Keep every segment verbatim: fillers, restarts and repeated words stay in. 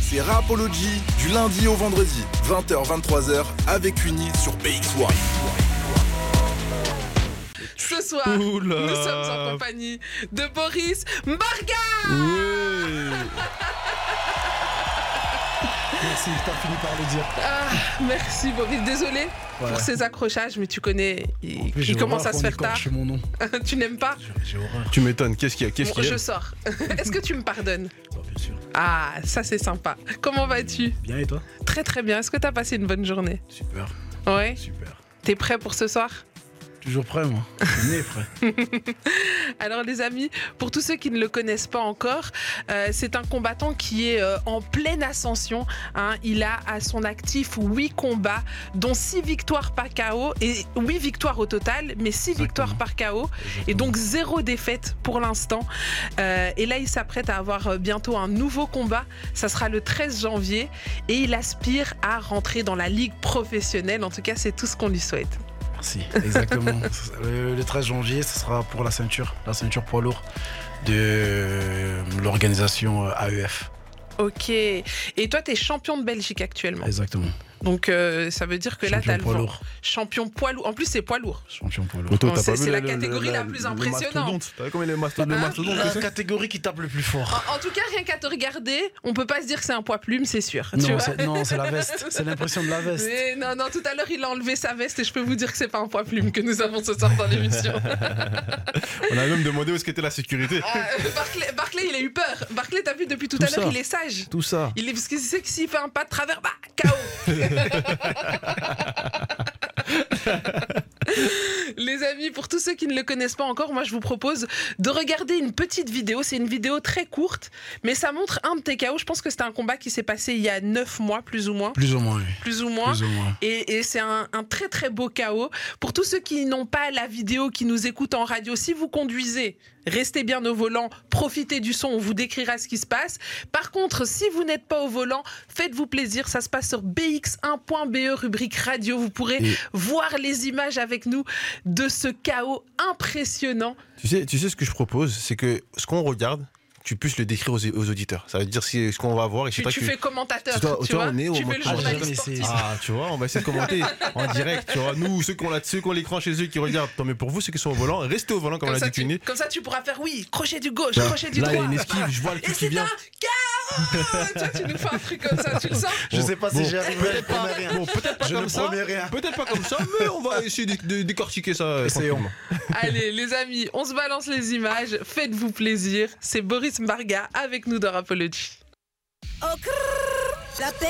C'est Rapology du lundi au vendredi, vingt heures vingt-trois heures avec Uni sur B X un. Ce soir, Oula. nous sommes en compagnie de Boris Mbarga. Oui. Merci, t'as fini par le dire. Ah, merci Boris, désolé Ouais. pour ces accrochages, mais tu connais, il, Plus, il j'ai commence horreur à se qu'on faire tard. écorche mon nom. Tu n'aimes pas? J'ai horreur. Tu m'étonnes, qu'est-ce qu'il y a, qu'est-ce Bon, qu'il y a je sors. Est-ce que tu me pardonnes? Oh, bien sûr. Ah, ça c'est sympa. Comment vas-tu? Bien et toi? Très très bien. Est-ce que tu as passé une bonne journée? Super, Ouais. super. T'es prêt pour ce soir? Toujours prêt, moi. Né prêt. Alors les amis, pour tous ceux qui ne le connaissent pas encore, euh, c'est un combattant qui est euh, en pleine ascension. Hein. Il a à son actif huit combats, dont six victoires par K O et huit victoires au total, mais six Exactement. victoires par K O et donc zéro défaite pour l'instant. Euh, et là, il s'apprête à avoir euh, bientôt un nouveau combat. Ça sera le treize janvier et il aspire à rentrer dans la ligue professionnelle. En tout cas, c'est tout ce qu'on lui souhaite. Merci, exactement. le, le treize janvier, ce sera pour la ceinture, la ceinture poids lourd de l'organisation A E F. Ok. Et toi, tu es champion de Belgique actuellement. Exactement. Donc euh, ça veut dire que là, tu as Champion le poids vent. lourd. Champion poids lourd. En plus, c'est poids lourd. Champion poids lourd. Mais toi, Bon, t'as c'est- pas vu c'est la le- le- catégorie le- la plus le impressionnante. mastodonte. T'as vu comme il est mastodonte, le Hein mastodonte, La c'est ça catégorie qui tape le plus fort. En, en tout cas, rien qu'à te regarder, on peut pas se dire que c'est un poids plume, c'est sûr. tu Non, vois. c'est, non, c'est la veste. C'est l'impression de la veste. Mais non, non, tout à l'heure, il a enlevé sa veste et je peux vous dire que c'est pas un poids plume que nous avons ce soir dans l'émission. On a même demandé où est-ce qu'était la sécurité. Ah, euh, Barclay, Barclay, il a eu peur. Barclay, t'as vu, depuis tout, Tout à l'heure, ça. il est sage. Tout ça. Il est, parce qu'il sait que s'il fait un pas de travers, bah, K O. Les amis, pour tous ceux qui ne le connaissent pas encore, moi je vous propose de regarder une petite vidéo. C'est une vidéo très courte, mais ça montre un de tes K O. Je pense que c'était un combat qui s'est passé il y a neuf mois, plus ou moins. Plus ou moins, oui. Plus ou moins. Plus ou moins. Et, et c'est un, un très très beau K O. Pour tous ceux qui n'ont pas la vidéo, qui nous écoutent en radio, si vous conduisez, restez bien au volant, profitez du son, on vous décrira ce qui se passe. Par contre, si vous n'êtes pas au volant, faites-vous plaisir, ça se passe sur b x un point b e, rubrique radio. Vous pourrez Et- voir les images avec nous de ce K O impressionnant. Tu sais, tu sais ce que je propose, c'est que ce qu'on regarde, tu puisses le décrire aux, aux auditeurs. Ça veut dire si, ce qu'on va voir et c'est Tu, toi tu qui... fais commentateur, c'est toi- tu toi, vois, on est au tu mode- fais le Ah, journaliste jamais sportif. essayé. Ah, tu vois, on va essayer de commenter en direct, tu vois. Nous, ceux qui ont, la, ceux qui ont l'écran chez eux, qui regardent, tant mieux pour vous, ceux qui sont au volant, restez au volant comme, Comme on ça, l'a dit tu, Cuny. comme ça, tu pourras faire, oui, crochet du gauche, Là, crochet du là, il y a droit. une esquive, je vois le Et truc qui c'est vient. un K O. Tu vois, tu nous fais un truc comme ça, tu le sens? Je sais pas si Bon, j'y arriverai, je peut-être pas, promets rien. bon, peut-être pas Je comme ne ça, promets rien. peut-être pas comme ça, mais on va essayer de, de décortiquer ça euh, Essayons. tranquillement. Allez, les amis, on se balance les images. Faites-vous plaisir. C'est Boris Mbarga avec nous dans Rapology. Oh, crrr, la terre.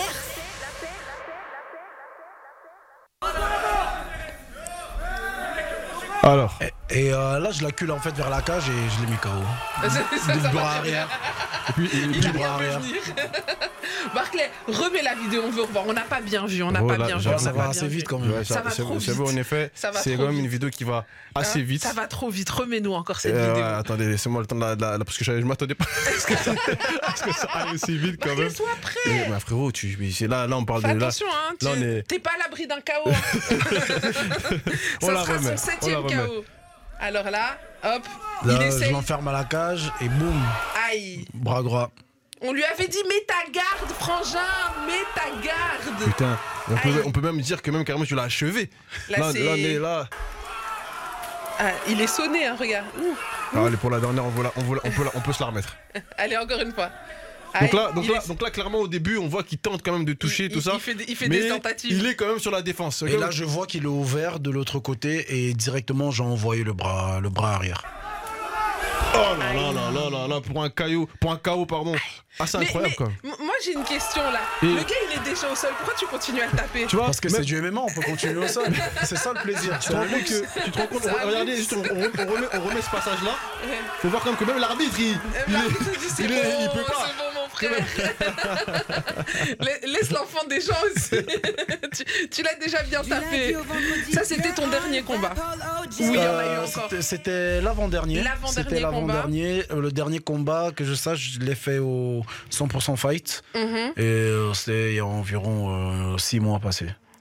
Alors, Et, et, euh, là, je l'accule en fait vers la cage et je l'ai mis K O. Ça, ça, ça Du va bras très arrière. et puis, et Il puis- a bras bien vu arrière. venir. Barclay, remets la vidéo, on veut revoir. On n'a pas bien vu, on n'a Oh pas là, bien vu. j'avoue, on Ça n'a va pas assez bien vite vu. quand même. ouais, Ça va c'est trop c'est beau vite. en effet. Ça va C'est trop quand même vite. une vidéo qui va assez Hein, vite. Ça va trop vite. Remets-nous encore cette Euh, vidéo. ouais, attendez, laissez-moi le temps de la, de la- parce que je, je m'attendais pas à ce que ça, à ce que ça aille aussi vite quand Barclay, même. sois prêt. Mais, bah, frérot, tu, mais c'est là, là on parle Fais de là. attention, hein, tu- là, on est- t'es pas à l'abri d'un K O. hein. On Ça la sera remet, son on la septième K remet. O. Alors là, hop, il Là, je essaye. l'enferme à la cage et boum, Aïe. bras droit. On lui avait dit mets ta garde, frangin, mets ta garde. Putain, on Aïe. peut, on peut même dire que même carrément tu l'as achevé. Là, Là, c'est- là, on est là. Ah, il est sonné, hein, regarde. Ouh. Ah, allez, pour la dernière, on, veut la- on, veut la- on peut, la- on peut se la remettre. Allez, encore une fois. Donc Aïe, là, donc, il là, est- donc là, clairement, au début, on voit qu'il tente quand même de toucher il- tout il- ça. Il fait, des- il fait mais des tentatives. il est quand même sur la défense. Et là, je vois qu'il est ouvert de l'autre côté et directement, j'ai envoyé le bras, le bras arrière. Oh là là là là là là, pour un K O, pour un K O, pardon. Ah, c'est Mais- incroyable mais quoi. m- Moi j'ai une question là. Et- Le gars il est déjà au sol, pourquoi tu continues à le taper? Tu vois, Parce que même- c'est du M M A, on peut continuer au sol. C'est ça le plaisir. Tu te rends compte que, tu te rends compte, Ça regardez, avance. juste, on, on- on remet, on remet ce passage là. Faut voir quand même que même l'arbitre, il, Eh il ben, est- c'est il bon, est- il peut pas. c'est bon mon frère. La- Laisse l'enfant des gens aussi. tu tu l'as déjà bien Du lundi tapé. au vendredi, Ça, c'était ton dernier combat. Oui, il y en a eu Euh, encore. c'était- C'était l'avant-dernier. L'avant-dernier C'était l'avant-dernier. Euh, Le dernier combat, que je sache, je l'ai fait au cent pour cent fight. Mhm. Et euh, c'était il y a environ six mois passés.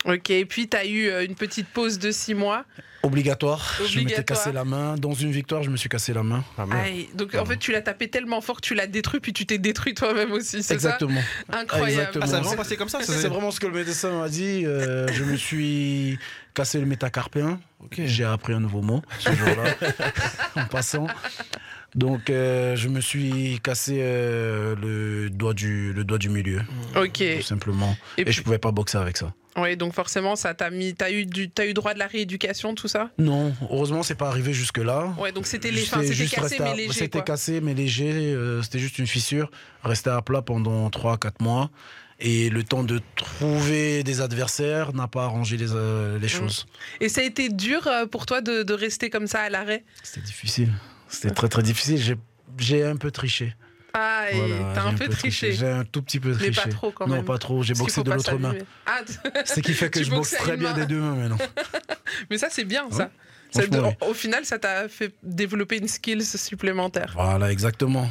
Ok, et puis tu as eu euh, une petite pause de six mois. Obligatoire. Je m'étais Obligatoire. cassé la main. Dans une victoire, je me suis cassé la main. Ah, merde. Aïe, donc en fait tu l'as tapé tellement fort que tu l'as détruit puis tu t'es détruit toi-même aussi, c'est Exactement. ça? Incroyable. Exactement. Ah, ça a vraiment passé comme ça, ça, C'est c'est- vraiment ce que le médecin m'a dit. Euh, je me suis cassé le métacarpien. Ok. J'ai appris un nouveau mot ce jour-là, en passant. Donc, euh, je me suis cassé euh, le, doigt du, le doigt du milieu, Ok. tout simplement. Et Et, puis- je pouvais pas boxer avec ça. Oui, donc forcément ça t'a mis, t'as eu du, t'as eu droit de la rééducation, tout ça? Non, heureusement, c'est pas arrivé jusque-là. Ouais, donc c'était les, C'était enfin, c'était juste cassé resté à- mais léger C'était quoi. cassé mais léger. euh, c'était juste une fissure. Resté à plat pendant trois à quatre mois. Et le temps de trouver des adversaires n'a pas arrangé les, euh, les choses. Et ça a été dur euh, pour toi de, de rester comme ça à l'arrêt? C'était difficile. C'était très très difficile. J'ai, j'ai un peu triché. Ah, et Voilà, t'as j'ai un peu triché. J'ai un tout petit peu Mais triché. pas trop quand Non, même. pas trop. J'ai Parce qu'il boxé faut de pas l'autre main. s'abîmer. Ah, C'est ce qui fait que Tu je boxe boxes à très une bien main. des deux mains maintenant. mais ça c'est bien ça. Ouais. Ça- Franchement, oui. au, au final ça t'a fait développer une skills supplémentaire. Voilà, exactement.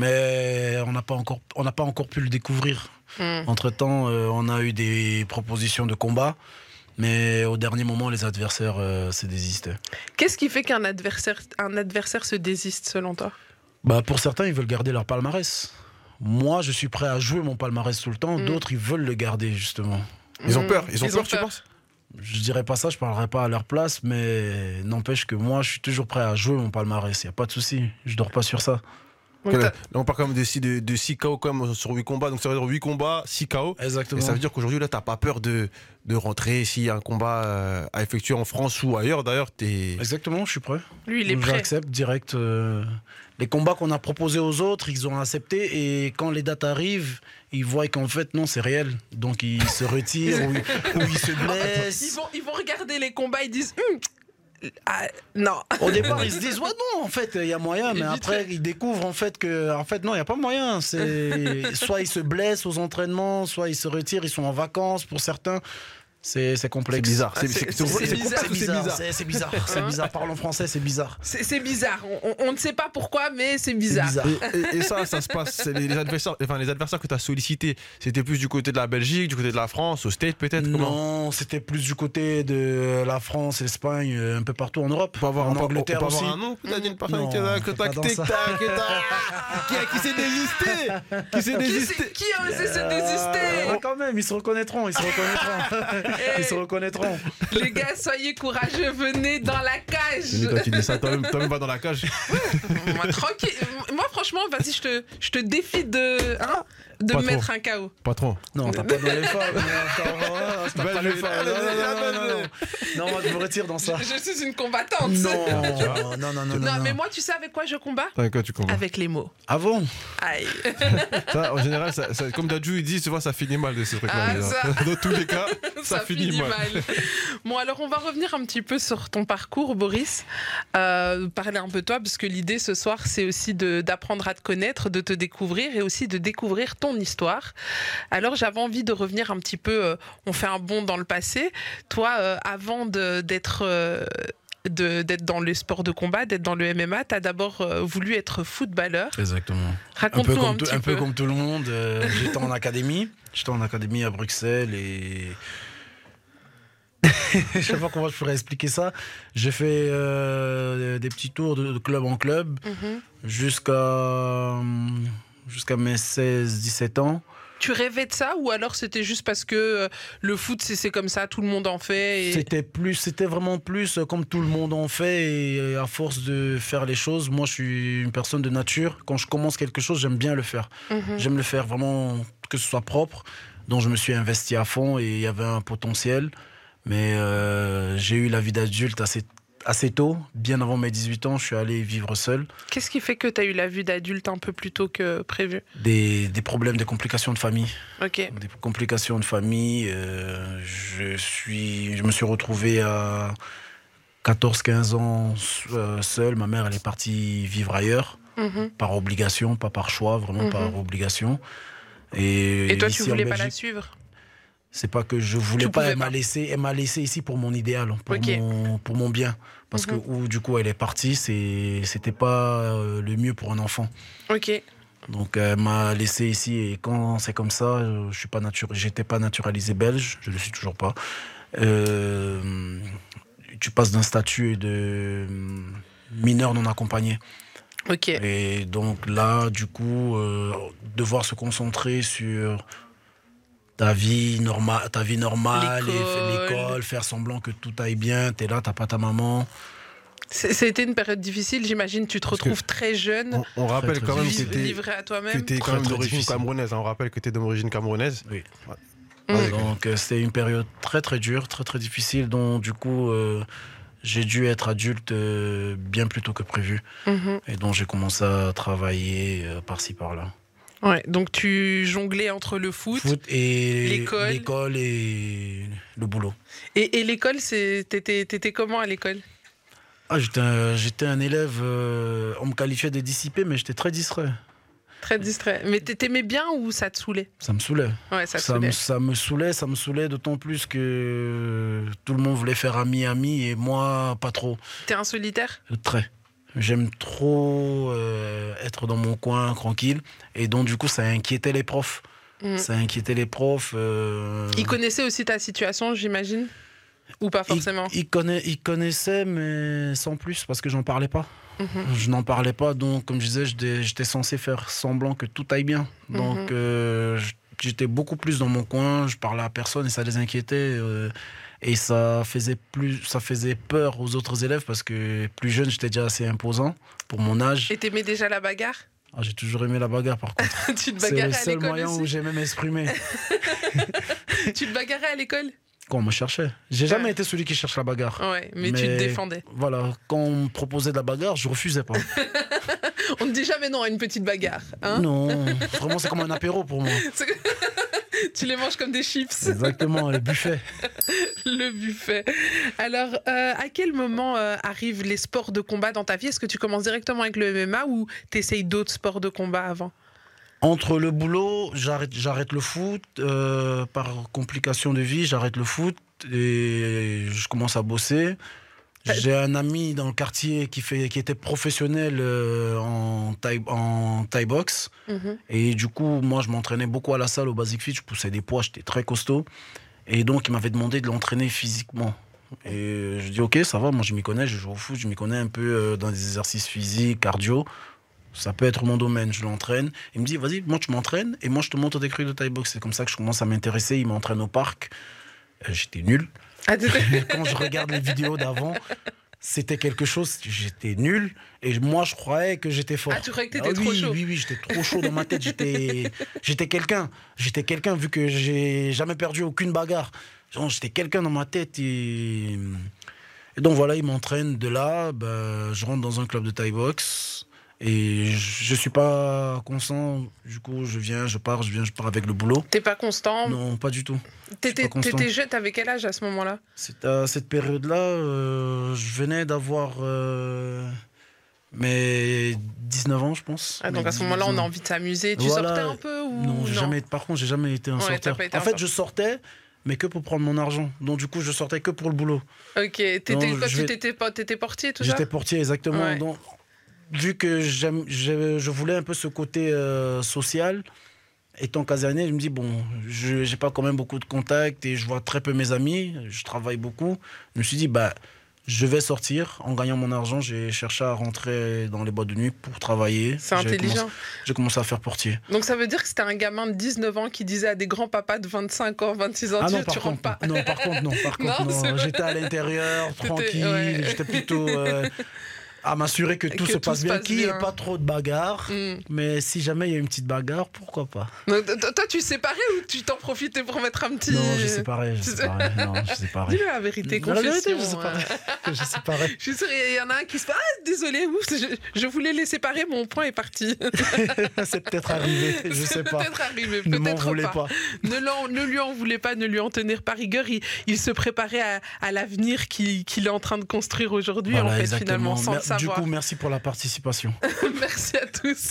Mais on n'a pas encore, on n'a pas encore pu le découvrir. Hmm. Entre temps, on a eu des propositions de combat, mais au dernier moment, les adversaires euh, se désistaient. Qu'est-ce qui fait qu'un adversaire, un adversaire se désiste selon toi? Bah, pour certains, ils veulent garder leur palmarès. Moi, je suis prêt à jouer mon palmarès tout le temps. Mm. D'autres, ils veulent le garder, justement. Ils ont Hmm. peur, ils ont peur, tu penses? Je dirais pas ça, je parlerai pas à leur place, mais n'empêche que moi, je suis toujours prêt à jouer mon palmarès. Il n'y a pas de souci. Je dors pas sur ça. Donc, Là, t'as- on parle quand même de six de, de six K O quand même sur huit combats, donc ça veut dire huit combats, six K O. Exactement. Et ça veut dire qu'aujourd'hui, là, t'as pas peur de, de rentrer s'il y a un combat euh, à effectuer en France ou ailleurs. D'ailleurs, t'es. Exactement, je suis prêt. Lui il est Donc, prêt. J'accepte direct. euh, les combats qu'on a proposés aux autres, ils ont accepté. Et quand les dates arrivent, ils voient qu'en fait, non, c'est réel. Donc ils se retirent ou, ils- ou ils se Ils blessent. vont, ils vont regarder les combats, ils disent Hum, ah, non. Au départ, ils se disent ouais non, en fait, il y a moyen, Et mais vite après fait. ils découvrent en fait que en fait non, il y a pas moyen. C'est soit ils se blessent aux entraînements, soit ils se retirent, ils sont en vacances pour certains. C'est c'est C'est complexe. bizarre. Ah, C'est c'est- c'est- c'est- c'est- c'est c'est bizarre. complexe ou c'est bizarre. C'est c'est bizarre. C'est Hein bizarre. Parle en français, c'est bizarre. C'est c'est bizarre. On, on- on ne sait pas pourquoi, mais c'est bizarre. C'est bizarre. Et, et- et ça, ça se passe. c'est Les, les adversaires, enfin les adversaires que tu as sollicités, c'était plus du côté de la Belgique, du côté de la France, au State peut-être. Comment Non, c'était plus du côté de la France, l'Espagne, euh, un peu partout en Europe. On peut avoir, en on peut- Angleterre on peut aussi. avoir un nom peut-être d'une personne Non, qui, a- que on peut t'as- pas dans que ça. t'as- que t'as- qui a- qui s'est désisté, qui s'est Qui, désisté. c'est- qui a osé se Euh, désister? quand même, ils se reconnaîtront, ils se reconnaîtront. Eh, ils se reconnaîtront. Les gars, soyez courageux, venez dans la cage. Mais toi tu dis ça, toi-même toi-même va dans la cage. Moi, tranquille. Moi, franchement, vas-y, je te, je te défie de, hein, de Pas me trop. mettre un K O. Pas trop. Non, t'as pas dans les femmes. T'as Bah, pas je- les femmes. Non, non, non, non, non. Non, moi, je me retire dans ça. Je suis une combattante. Non, non, non, non, non. Non, mais moi, tu sais avec quoi je combats? Avec quoi tu comprends? Avec les mots. Avant, Aïe. Ça, en général, ça, ça- comme Dadju il dit, souvent ça finit mal de ce truc-là. Ah, mais, ça. euh, Dans tous les cas, ça, finit, mal. Bon, alors on va revenir un petit peu sur ton parcours, Boris. Euh, parler un peu de toi, parce que l'idée ce soir, c'est aussi de- d'apprendre à te connaître, de te découvrir et aussi de découvrir ton histoire. Alors j'avais envie de revenir un petit peu, euh, on fait un bond dans le passé. Toi, euh, avant de- d'être... euh, de- d'être dans le sport de combat, d'être dans le M M A, tu as d'abord euh, voulu être footballeur. exactement. Un peu, Raconte-nous un, comme, tout- petit un peu. peu comme tout le monde, euh, j'étais en académie. J'étais en académie à Bruxelles et. Je sais pas comment je pourrais expliquer ça. J'ai fait euh, des petits tours de, de club en club Mhm. jusqu'à jusqu'à mes seize dix-sept ans. Tu rêvais de ça ou alors c'était juste parce que euh, le foot c'est c'est comme ça, tout le monde en fait et... C'était plus, c'était vraiment plus euh, comme tout le monde en fait et euh, à force de faire les choses, moi je suis une personne de nature. Quand je commence quelque chose, j'aime bien le faire. Mhm. J'aime le faire vraiment que ce soit propre. Donc je me suis investi à fond et il y avait un potentiel. Mais euh, j'ai eu la vie d'adulte assez, assez tôt. Bien avant mes dix-huit ans, je suis allé vivre seul. Qu'est-ce qui fait que tu as eu la vue d'adulte un peu plus tôt que prévu? Des, des problèmes, des complications de famille. Ok. Des complications de famille. euh, je, suis, je me suis retrouvé à quatorze quinze ans euh, seul. Ma mère, elle est partie vivre ailleurs. Mhm. Par obligation, pas par choix, vraiment Mhm. par obligation. Et, Et toi, ici, tu en voulais pas la Belgique, suivre? c'est pas que je voulais Tu pas, pouvais elle m'a pas. laissé, elle m'a laissé ici pour mon idéal, pour, Ok. mon, pour mon bien. Parce Mhm. que où du coup elle est partie, c'est, c'était pas euh, le mieux pour un enfant. Ok. Donc elle m'a laissé ici et quand c'est comme ça, euh, je suis pas nature, j'étais pas naturalisé belge, je le suis toujours pas. euh, tu passes d'un statut de mineur non accompagné. Ok. Et donc là, du coup, euh, devoir se concentrer sur ta vie normale, ta vie normale, et L'école. l'école, faire semblant que tout aille bien, t'es là, t'as pas ta maman. C'est- C'était une période difficile, j'imagine. Tu te Parce que retrouves très jeune, On, on rappelle très, quand très même que li- t'es livré à que toi-même. t'es quand Très, même très d'origine difficile. camerounaise. hein. On rappelle que t'es d'origine camerounaise. Oui. Vas-y. Donc euh, c'était une période très très dure, très très difficile, dont du coup euh, j'ai dû être adulte euh, bien plus tôt que prévu. Mhm. Et donc j'ai commencé à travailler euh, par-ci par-là. Ouais, donc tu jonglais entre le foot, Foot et l'école. l'école et le boulot. et, et l'école, c'est- t'étais t'étais comment à l'école? Ah, j'étais un, j'étais un élève, euh, on me qualifiait de dissipé, mais j'étais très distrait. Très distrait. Mais t'a- t'aimais bien ou ça te saoulait? Ça me saoulait. Ouais, ça te Ça saoulait. me, ça me saoulait, ça me saoulait d'autant plus que tout le monde voulait faire ami-ami et moi, pas trop. T'es un solitaire? Très. J'aime trop euh, être dans mon coin, tranquille. Et donc, du coup, ça inquiétait les profs. Mhm. Ça inquiétait les profs. euh, Ils connaissaient aussi ta situation, j'imagine? Ou pas forcément? Ils, ils conna- ils connaissaient, mais sans plus, parce que j'en parlais pas. Mhm. Je n'en parlais pas, donc, comme je disais, j'étais j'étais censé faire semblant que tout aille bien. Donc, Mhm. euh, j'étais beaucoup plus dans mon coin, je parlais à personne et ça les inquiétait. euh, et ça faisait, plus, ça faisait peur aux autres élèves parce que plus jeune, j'étais déjà assez imposant pour mon âge. Et t'aimais déjà la bagarre? Ah, j'ai toujours aimé la bagarre, par contre. Tu te C'est le bagarrais à seul l'école moyen où aussi? j'aimais m'exprimer. Tu te bagarrais à l'école? Quand on me cherchait. J'ai jamais Ouais. été celui qui cherche la bagarre. Ouais, mais, tu te défendais. Voilà, quand on me proposait de la bagarre, je refusais pas. On ne dit jamais non à une petite bagarre. Hein. Non, vraiment, c'est comme un apéro pour moi. C'est- Tu les manges comme des chips. Exactement, le buffet. Le buffet. Alors, euh, à quel moment euh, arrivent les sports de combat dans ta vie? Est-ce que tu commences directement avec le M M A ou tu essayes d'autres sports de combat avant? Entre le boulot, j'arrête, j'arrête le foot. euh, par complication de vie, j'arrête le foot et je commence à bosser. J'ai un ami dans le quartier qui, fait, qui était professionnel euh, en taille, en taille box. Mhm. Et du coup, moi, je m'entraînais beaucoup à la salle au Basic Fit. Je poussais des poids, j'étais très costaud. Et donc, il m'avait demandé de l'entraîner physiquement. Et je dis, ok, ça va, moi, je m'y connais, je joue au foot, je m'y connais un peu euh, dans des exercices physiques, cardio. Ça peut être mon domaine, je l'entraîne. Il me dit, vas-y, moi, tu m'entraînes et moi, je te montre des trucs de taille box. C'est comme ça que je commence à m'intéresser. Il m'entraîne au parc. Euh, j'étais nul. Ah, t'étais- Quand je regarde les vidéos d'avant, c'était quelque chose, j'étais nul. Et moi, je croyais que j'étais fort. Ah, tu croyais que t'étais Ah trop oui, chaud. Oui, oui, j'étais trop chaud dans ma tête. J'étais, j'étais quelqu'un. J'étais quelqu'un vu que j'ai jamais perdu aucune bagarre. Genre, j'étais quelqu'un dans ma tête. Et, et donc voilà, il m'entraîne. De là, ben, je rentre dans un club de Thai box. Et je ne suis pas constant. Du coup, je viens, je pars, je viens, je pars avec le boulot. T'es pas constant. Non, pas du tout. T'étais pas constant. t'étais jeune, t'avais quel âge à ce moment-là? C'est à cette période-là, euh, je venais d'avoir euh, mes dix-neuf ans, je pense. Ah, donc Mes à ce moment-là, on a dix-neuf ans. envie de s'amuser. Tu Voilà. sortais un peu ou Non, j'ai jamais, par contre, j'ai jamais été un Ouais, t'as sorteur. pas été En un fait, sorteur. je sortais, mais que pour prendre mon argent. Donc du coup, je sortais que pour le boulot. Ok, t'étais Non, quoi, je tu vais- t'étais pas- t'étais portier, tout ça? J'étais portier, exactement. Ouais. Donc, vu que j'aime, je, je voulais un peu ce côté euh, social, étant casanier, je me dis, bon, je n'ai pas quand même beaucoup de contacts et je vois très peu mes amis, je travaille beaucoup. Je me suis dit, bah, je vais sortir. En gagnant mon argent, j'ai cherché à rentrer dans les boîtes de nuit pour travailler. C'est J'ai intelligent. commencé- J'ai commencé à faire portier. Donc ça veut dire que c'était un gamin de dix-neuf ans qui disait à des grands-papas de vingt-cinq ans, vingt-six ans, Ah tu, non, tu par rentres contre, pas. non, par contre, non, par contre, Non, c'est non. vrai. J'étais à l'intérieur, T'étais- tranquille. ouais. J'étais plutôt euh, à m'assurer que tout Que se tout passe se bien, passe qu'il n'y ait bien. pas trop de bagarres. Hmm. Mais si jamais il y a une petite bagarre, pourquoi pas? Donc, t- toi, tu séparais ou tu t'en profitais pour mettre un petit... Non, je séparais, je Tu- séparais. Non, je séparais. Dis-le la vérité, La vérité, confession. je séparais. euh. Je séparais. Je suis sûre, il y en a un qui se fait « Ah, désolé, ouf, je, je voulais les séparer, mon point est parti. » C'est peut-être arrivé, je sais C'est pas. peut-être arrivé, Ne m'en peut-être voulez pas. pas. Ne, l'en- ne lui en voulez pas, ne lui en tenir pas rigueur. Il, il se préparait à, à l'avenir qu'il qu'il est en train de construire aujourd'hui, Voilà, en fait, exactement. finalement, sans le Mer- Du savoir. coup, merci pour la participation. Merci à tous.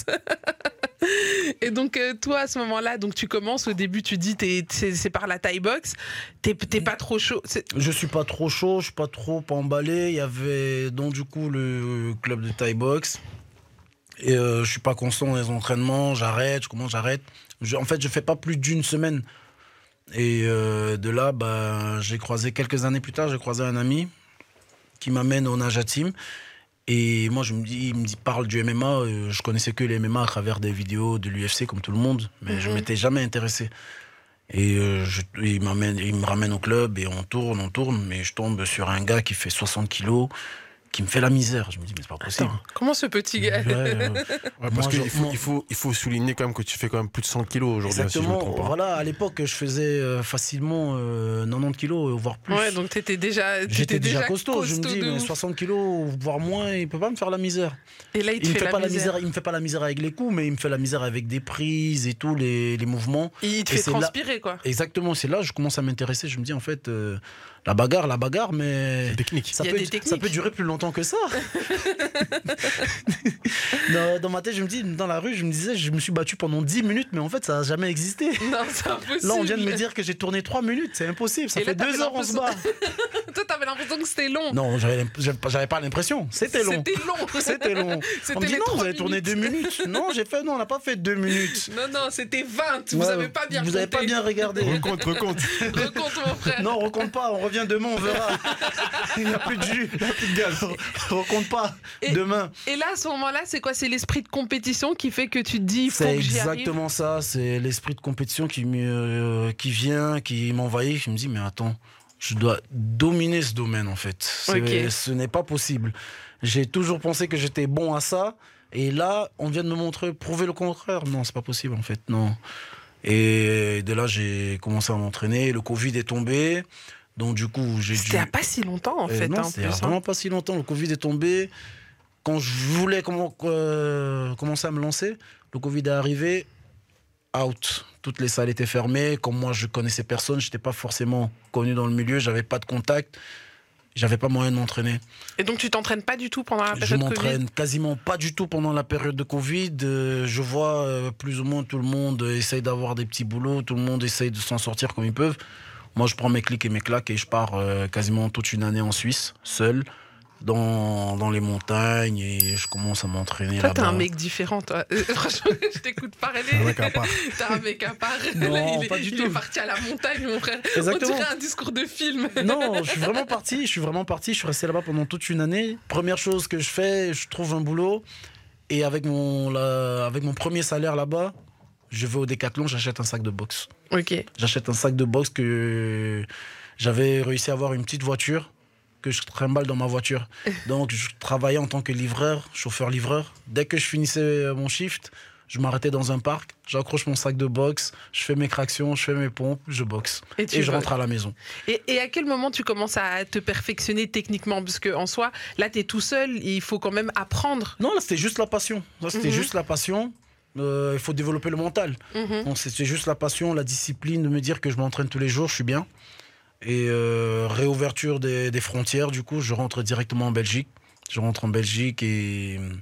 Et donc, euh, toi, à ce moment-là, donc tu commences, au début, tu dis t'es- c'est c'est par la Thai box, t'es t'es pas trop chaud. C'est- Je suis pas trop chaud, je suis pas trop emballé. Il y avait donc du coup le club de Thai box. Et euh, je suis pas constant dans les entraînements, j'arrête, je commence, j'arrête. Je- en fait, je fais pas plus d'une semaine. Et euh, de là, bah, j'ai croisé, quelques années plus tard, j'ai croisé un ami qui m'amène au Naja Team. Et moi, je me dis, il me dit, parle du M M A. Euh, je connaissais que les M M A à travers des vidéos de l'U F C, comme tout le monde, mais mm-hmm. je ne m'étais jamais intéressé. Et euh, je, il, m'amène, il me ramène au club et on tourne, on tourne, mais je tombe sur un gars qui fait soixante kilos, qui me fait la misère. Je me dis, mais c'est pas possible. Attends, comment ce petit gars ouais, euh, ouais, Parce qu'il faut, il faut, il faut souligner quand même que tu fais quand même plus de cent kilos aujourd'hui. Exactement. Si je me trompe pas. Voilà, à l'époque, je faisais euh, facilement euh, quatre-vingt-dix kilos, voire plus. Ouais, donc t'étais déjà, t'étais J'étais déjà, déjà costaud. costaud. Je me dis, mais soixante kilos, voire moins, il peut pas me faire la misère. Et là, il te il fait, me fait la pas misère. la misère. Il me fait pas la misère avec les coups, mais il me fait la misère avec des prises et tout, les, les mouvements. Et il te et fait transpirer, là, quoi. Exactement. C'est là que je commence à m'intéresser. Je me dis, en fait, euh, la bagarre, la bagarre, mais. C'est technique. Ça, il y peut, a des techniques. Ça peut durer plus longtemps que ça. dans, dans ma tête, je me dis, dans la rue, je me disais, je me suis battu pendant dix minutes, mais en fait, ça n'a jamais existé. Non, c'est impossible. Là, on vient de me dire que j'ai tourné trois minutes, c'est impossible. Ça et fait là, deux heures, on se bat. Toi, t'avais l'impression que c'était long. Non, j'avais, j'avais pas l'impression. C'était long. C'était long. C'était long. C'était on me dit, les non, trois vous avez tourné minutes. deux minutes. Non, j'ai fait, non, on n'a pas fait deux minutes. Non, non, c'était vingt. Vous Ouais, avez pas bien Vous compté. avez pas bien regardé. Recompte, recompte. Recompte, mon frère. Non, on recompte pas, on revient demain, on verra. Il n'y a plus de jus, il n'y a plus de gaz. On recompte pas. Et, demain. Et là, à ce moment-là, c'est quoi? C'est l'esprit de compétition qui fait que tu te dis, il faut C'est que j'y arrive. exactement ça, c'est l'esprit de compétition qui, me, euh, qui vient, qui m'envahit. Je me dis, mais attends, je dois dominer ce domaine en fait. C'est, Okay. Ce n'est pas possible. J'ai toujours pensé que j'étais bon à ça. Et là, on vient de me montrer, prouver le contraire. Non, c'est pas possible en fait, non. Et de là, j'ai commencé à m'entraîner. Le Covid est tombé. Donc du coup, j'ai C'était dû... il n'y a pas si longtemps en Euh, fait. non, hein, c'est plus, vraiment hein. pas si longtemps. Le Covid est tombé. Quand je voulais comment, euh, commencer à me lancer, le Covid est arrivé. Out. Toutes les salles étaient fermées. Comme moi, je connaissais personne. Je n'étais pas forcément connu dans le milieu. J'avais pas de contact. J'avais pas moyen de m'entraîner. Et donc tu t'entraînes pas du tout pendant la Je période Covid? m'entraîne quasiment pas du tout pendant la période de Covid. Euh, je vois euh, plus ou moins tout le monde essaye d'avoir des petits boulots. Tout le monde essaye de s'en sortir comme ils peuvent. Moi, je prends mes clics et mes claques et je pars euh, quasiment toute une année en Suisse, seul, dans, dans les montagnes, et je commence à m'entraîner Toi, là-bas. t'es un mec différent, toi. Euh, franchement, je t'écoute parler. C'est un mec à part. T'es un mec à part. Non, Là, il est, pas du il tout. est parti à la montagne, mon frère. Exactement. On dirait un discours de film. Non, je suis vraiment parti, je suis vraiment parti, je suis resté là-bas pendant toute une année. Première chose que je fais, je trouve un boulot, et avec mon, la, avec mon premier salaire là-bas, je vais au Décathlon, j'achète un sac de boxe. Ok. J'achète un sac de boxe que j'avais réussi à avoir une petite voiture que je trimballe dans ma voiture. Donc je travaillais en tant que livreur, chauffeur-livreur. Dès que je finissais mon shift, je m'arrêtais dans un parc, j'accroche mon sac de boxe, je fais mes tractions, je fais mes pompes, je boxe. Et, tu Et je vas- rentre à la maison. Et, et à quel moment tu commences à te perfectionner techniquement? Parce qu'en soi, là, t'es tout seul, il faut quand même apprendre. Non, là c'était juste la passion. Là c'était Mhm. juste la passion. Euh, il faut développer le mental. Mhm. Donc, c'était juste la passion, la discipline de me dire que je m'entraîne tous les jours, je suis bien. Et euh, réouverture des, des frontières, du coup, je rentre directement en Belgique. Je rentre en Belgique et euh,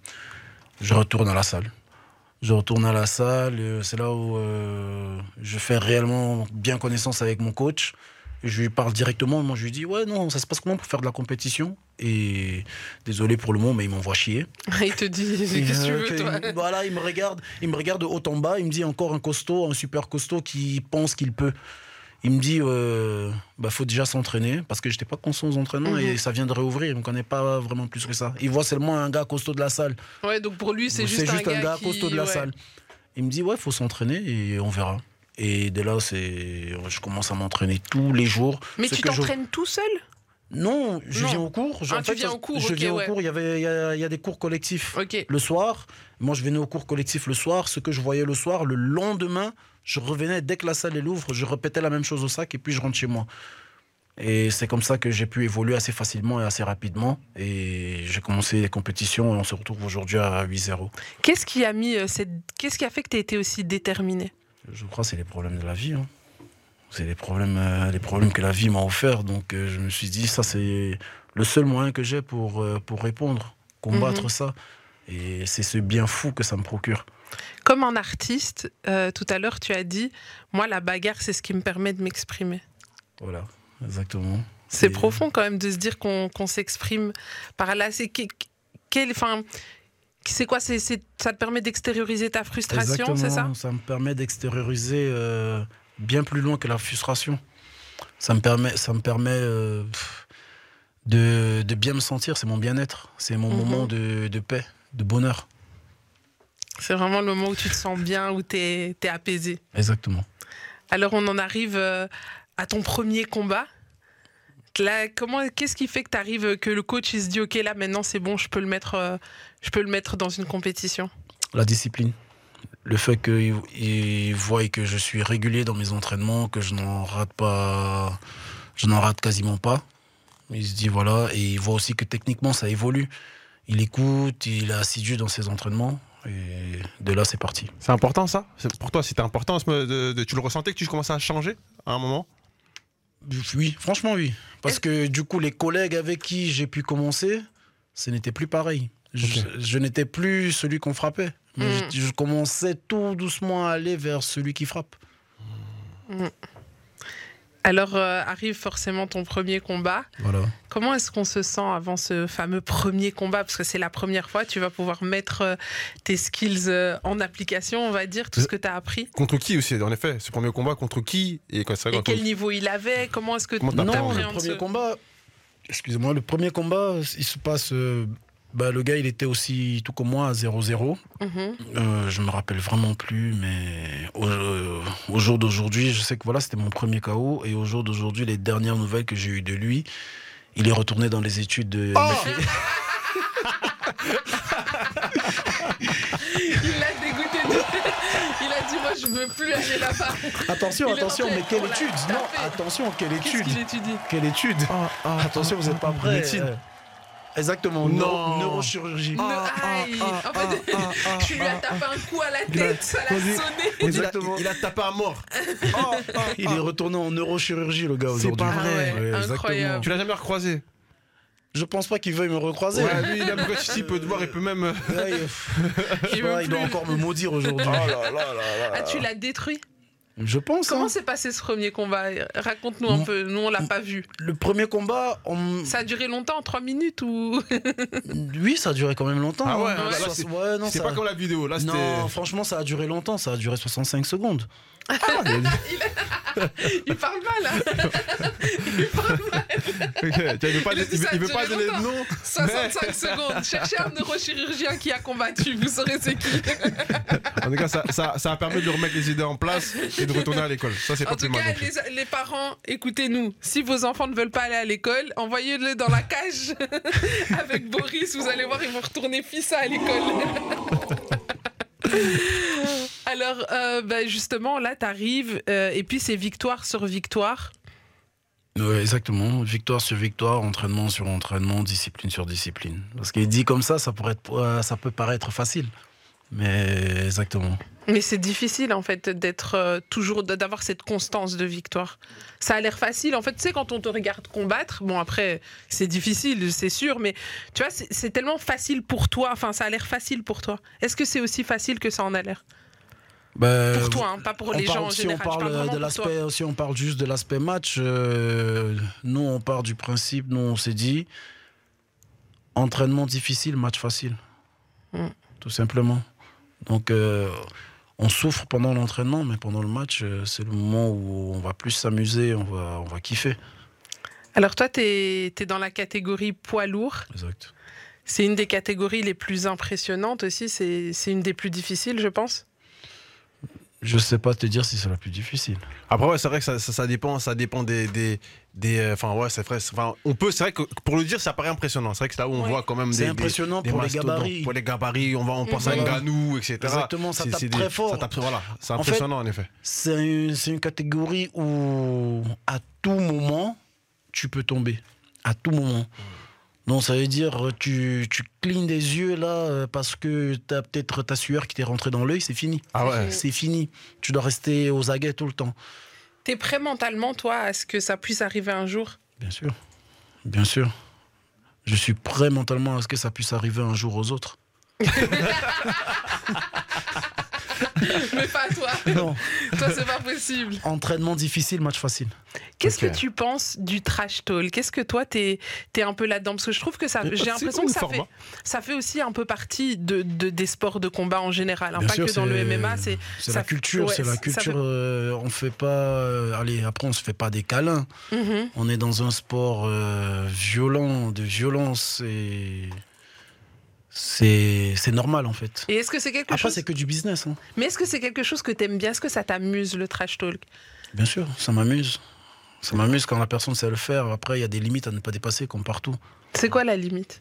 je retourne à la salle. Je retourne à la salle, euh, c'est là où euh, je fais réellement bien connaissance avec mon coach. Je lui parle directement, moi je lui dis, ouais, non, ça se passe comment pour faire de la compétition? Et désolé pour le mot, mais il m'envoie chier. Il te dit, qu'est-ce que tu veux, toi? Il- Voilà, il me regarde, il me regarde de haut en bas, il me dit encore un costaud, un super costaud qui pense qu'il peut. Il me dit, euh, bah faut déjà s'entraîner parce que j'étais pas conscient aux entraînements Mhm. et ça vient de réouvrir. Il me connaît pas vraiment plus que ça. Il voit seulement un gars costaud de la salle. Ouais, donc pour lui, c'est juste, un gars, qui... costaud de la ouais. salle. Il me dit, ouais, faut s'entraîner et on verra. Et dès là, c'est, je commence à m'entraîner tous les jours. Mais Ce tu que je- t'entraînes tout seul? Non, je Non. viens au cours. Je- Ah, en tu fait, viens ça- au cours, Je ok, viens ouais. au cours. Il y avait, il y a, il y a des cours collectifs. Ok. Le soir, moi je venais au cours collectif le soir, ce que je voyais le soir, le lendemain, je revenais dès que la salle est l'ouvre, je répétais la même chose au sac et puis je rentre chez moi. Et c'est comme ça que j'ai pu évoluer assez facilement et assez rapidement. Et j'ai commencé les compétitions et on se retrouve aujourd'hui à huit zéro. Qu'est-ce qui a mis euh, cette... Qu'est-ce qui a fait que tu été aussi déterminé? Je crois que c'est les problèmes de la vie. hein. C'est les problèmes, euh, les problèmes que la vie m'a offert. Donc euh, je me suis dit, ça c'est le seul moyen que j'ai pour, euh, pour répondre, combattre Mhm. ça. Et c'est ce bien fou que ça me procure. Comme un artiste, euh, tout à l'heure, tu as dit, moi, la bagarre, c'est ce qui me permet de m'exprimer. Voilà, exactement. C'est Et- profond quand même de se dire qu'on qu'on s'exprime par là. C'est que- quel, enfin, c'est quoi c'est, c'est- ça te permet d'extérioriser ta frustration, c'est ça? Exactement, ça me permet d'extérioriser euh, bien plus loin que la frustration. Ça me permet, ça me permet euh, de, de bien me sentir, c'est mon bien-être, c'est mon mm-hmm. moment de, de paix, de bonheur. C'est vraiment le moment où tu te sens bien, où tu es apaisé. Exactement. Alors on en arrive euh, à ton premier combat. Là, comment, qu'est-ce qui fait que tu arrives, que le coach il se dit ok là maintenant c'est bon, je peux le mettre, euh, je peux le mettre dans une compétition? La discipline, le fait qu'il il voit que je suis régulier dans mes entraînements, que je n'en rate pas, je n'en rate quasiment pas. Il se dit voilà, et il voit aussi que techniquement ça évolue. Il écoute, il est assidu dans ses entraînements. Et de là c'est parti. C'est important ça? Pour toi c'était important de, de, de, tu le ressentais que tu commençais à changer à un moment? Oui, franchement oui. Parce que du coup, les collègues avec qui j'ai pu commencer, ce n'était plus pareil. Je, okay. je n'étais plus celui qu'on frappait. Mais mmh. je, je commençais tout doucement à aller vers celui qui frappe. Mmh. Alors euh, arrive forcément ton premier combat. Voilà. Comment est-ce qu'on se sent avant ce fameux premier combat? Parce que c'est la première fois, tu vas pouvoir mettre euh, tes skills euh, en application, on va dire, tout ce que tu as appris. Contre qui aussi, en effet? Ce premier combat, contre qui? Et, quand et quel on... niveau il avait? Comment est-ce que tu Non, le premier ce... combat, excusez-moi, le premier combat, il se passe... Euh, bah, le gars, il était aussi, tout comme moi, à zéro zéro. Mm-hmm. Euh, je me rappelle vraiment plus, mais au, euh, au jour d'aujourd'hui, je sais que voilà, c'était mon premier K O. Et au jour d'aujourd'hui, les dernières nouvelles que j'ai eues de lui, il est retourné dans les études de... Oh il l'a dégoûté. De... Il a dit, moi, je veux plus aller là-bas. Attention, il attention, mais quelle étude? Non, attention, quelle étude? Qu'est-ce qu'il étudie? Quelle étude? oh, oh, Attention, oh, vous n'êtes pas prêts. Médecine. Exactement, non. Neurochirurgie. Ah, aïe. Ah, ah, en fait, ah, ah, ah, tu lui as tapé un coup à la tête, ça l'a sonné. Exactement. Il a tapé à mort. oh, oh, il est retourné en neurochirurgie, le gars, aujourd'hui. C'est pas vrai. Ah ouais, ouais, incroyable. Tu l'as jamais recroisé? Je pense pas qu'il veuille me recroiser. Ouais, lui, il a il peut te voir, il peut même. Ouais, il, il, ouais, il doit encore me maudire aujourd'hui. Oh là là là là. Ah, tu l'as détruit? Je pense. Comment hein. s'est passé ce premier combat? Raconte-nous un peu. Nous, on l'a pas vu. Le premier combat, on... ça a duré longtemps, trois minutes ou? Oui, ça a duré quand même longtemps. Ah ouais. Hein. Là, ouais. c'est ouais, non, ça... ça... pas comme la vidéo. Là, non, franchement, ça a duré longtemps. Ça a duré soixante-cinq secondes. Ah, il, a... il parle mal. Hein. Il parle mal. Okay. Il veut pas, il il veut, il veut pas donner de nom. soixante-cinq mais... secondes. Cherchez un neurochirurgien qui a combattu. Vous saurez c'est qui. En tout cas, ça, ça, ça a permis de remettre les idées en place et de retourner à l'école. Ça, c'est pas en plus tout mal. cas, les, les parents, écoutez-nous. Si vos enfants ne veulent pas aller à l'école, envoyez-le dans la cage avec Boris. Vous allez voir, ils vont retourner fissa à l'école. Alors, euh, bah justement, là, t'arrives euh, et puis c'est victoire sur victoire. Oui, exactement. Victoire sur victoire, entraînement sur entraînement, discipline sur discipline. Parce qu'il dit comme ça, ça, pourrait être, ça peut paraître facile. Mais exactement. Mais c'est difficile en fait d'être euh, toujours d'avoir cette constance de victoire. Ça a l'air facile en fait. Tu sais quand on te regarde combattre, bon après c'est difficile, c'est sûr, mais tu vois c'est, c'est tellement facile pour toi. Enfin ça a l'air facile pour toi. Est-ce que c'est aussi facile que ça en a l'air? Bah, pour toi, hein, pas pour les parle, gens en si général. On parle de l'aspect, si on parle juste de l'aspect match, euh, nous on part du principe, nous on s'est dit entraînement difficile, match facile, mm. tout simplement. Donc euh, on souffre pendant l'entraînement, mais pendant le match, euh, c'est le moment où on va plus s'amuser, on va, on va kiffer. Alors toi, t'es, t'es dans la catégorie poids lourd. Exact. C'est une des catégories les plus impressionnantes aussi, c'est, c'est une des plus difficiles, je pense. Je sais pas te dire si c'est la plus difficile. Après ouais, c'est vrai que ça, ça, ça dépend, ça dépend des, des, des, enfin ouais, c'est vrai. Enfin, on peut, c'est vrai que pour le dire, ça paraît impressionnant. C'est vrai que c'est là où on ouais. voit quand même c'est des, impressionnant des, pour des les gabarits. Pour les gabarits, on va, on pense voilà. à Ngannou, et cetera. Exactement, ça c'est, tape c'est très des, fort. Ça tape, voilà, c'est impressionnant en, fait, en effet. C'est une, c'est une catégorie où à tout moment tu peux tomber, à tout moment. Mm. Donc ça veut dire tu tu clignes des yeux là parce que t'as peut-être ta sueur qui t'est rentrée dans l'œil, c'est fini. Ah ouais. C'est fini. Tu dois rester aux aguets tout le temps. T'es prêt mentalement toi à ce que ça puisse arriver un jour? Bien sûr, bien sûr. Je suis prêt mentalement à ce que ça puisse arriver un jour aux autres. Mais pas à toi. Non. Toi, c'est pas possible. Entraînement difficile, match facile. Qu'est-ce Ok. que tu penses du trash talk? Qu'est-ce que toi, t'es es un peu là-dedans? Parce que je trouve que ça, Mais j'ai c'est l'impression quoi que le ça format fait, ça fait aussi un peu partie de, de- des sports de combat en général, hein, Bien pas sûr, que dans le c'est- M M A. C'est C'est ça la fait- culture, ouais, c'est la ça culture. fait- euh, on fait pas. euh, allez, après, on se fait pas des câlins. Mhm. On est dans un sport euh, violent, de violence et c'est c'est normal en fait. Et est-ce que c'est quelque Après, chose? c'est que du business. Hein. Mais est-ce que c'est quelque chose que t'aimes bien? Est-ce que ça t'amuse le trash talk? Bien sûr, ça m'amuse. Ça m'amuse quand la personne sait le faire. Après, il y a des limites à ne pas dépasser, comme partout. C'est quoi la limite?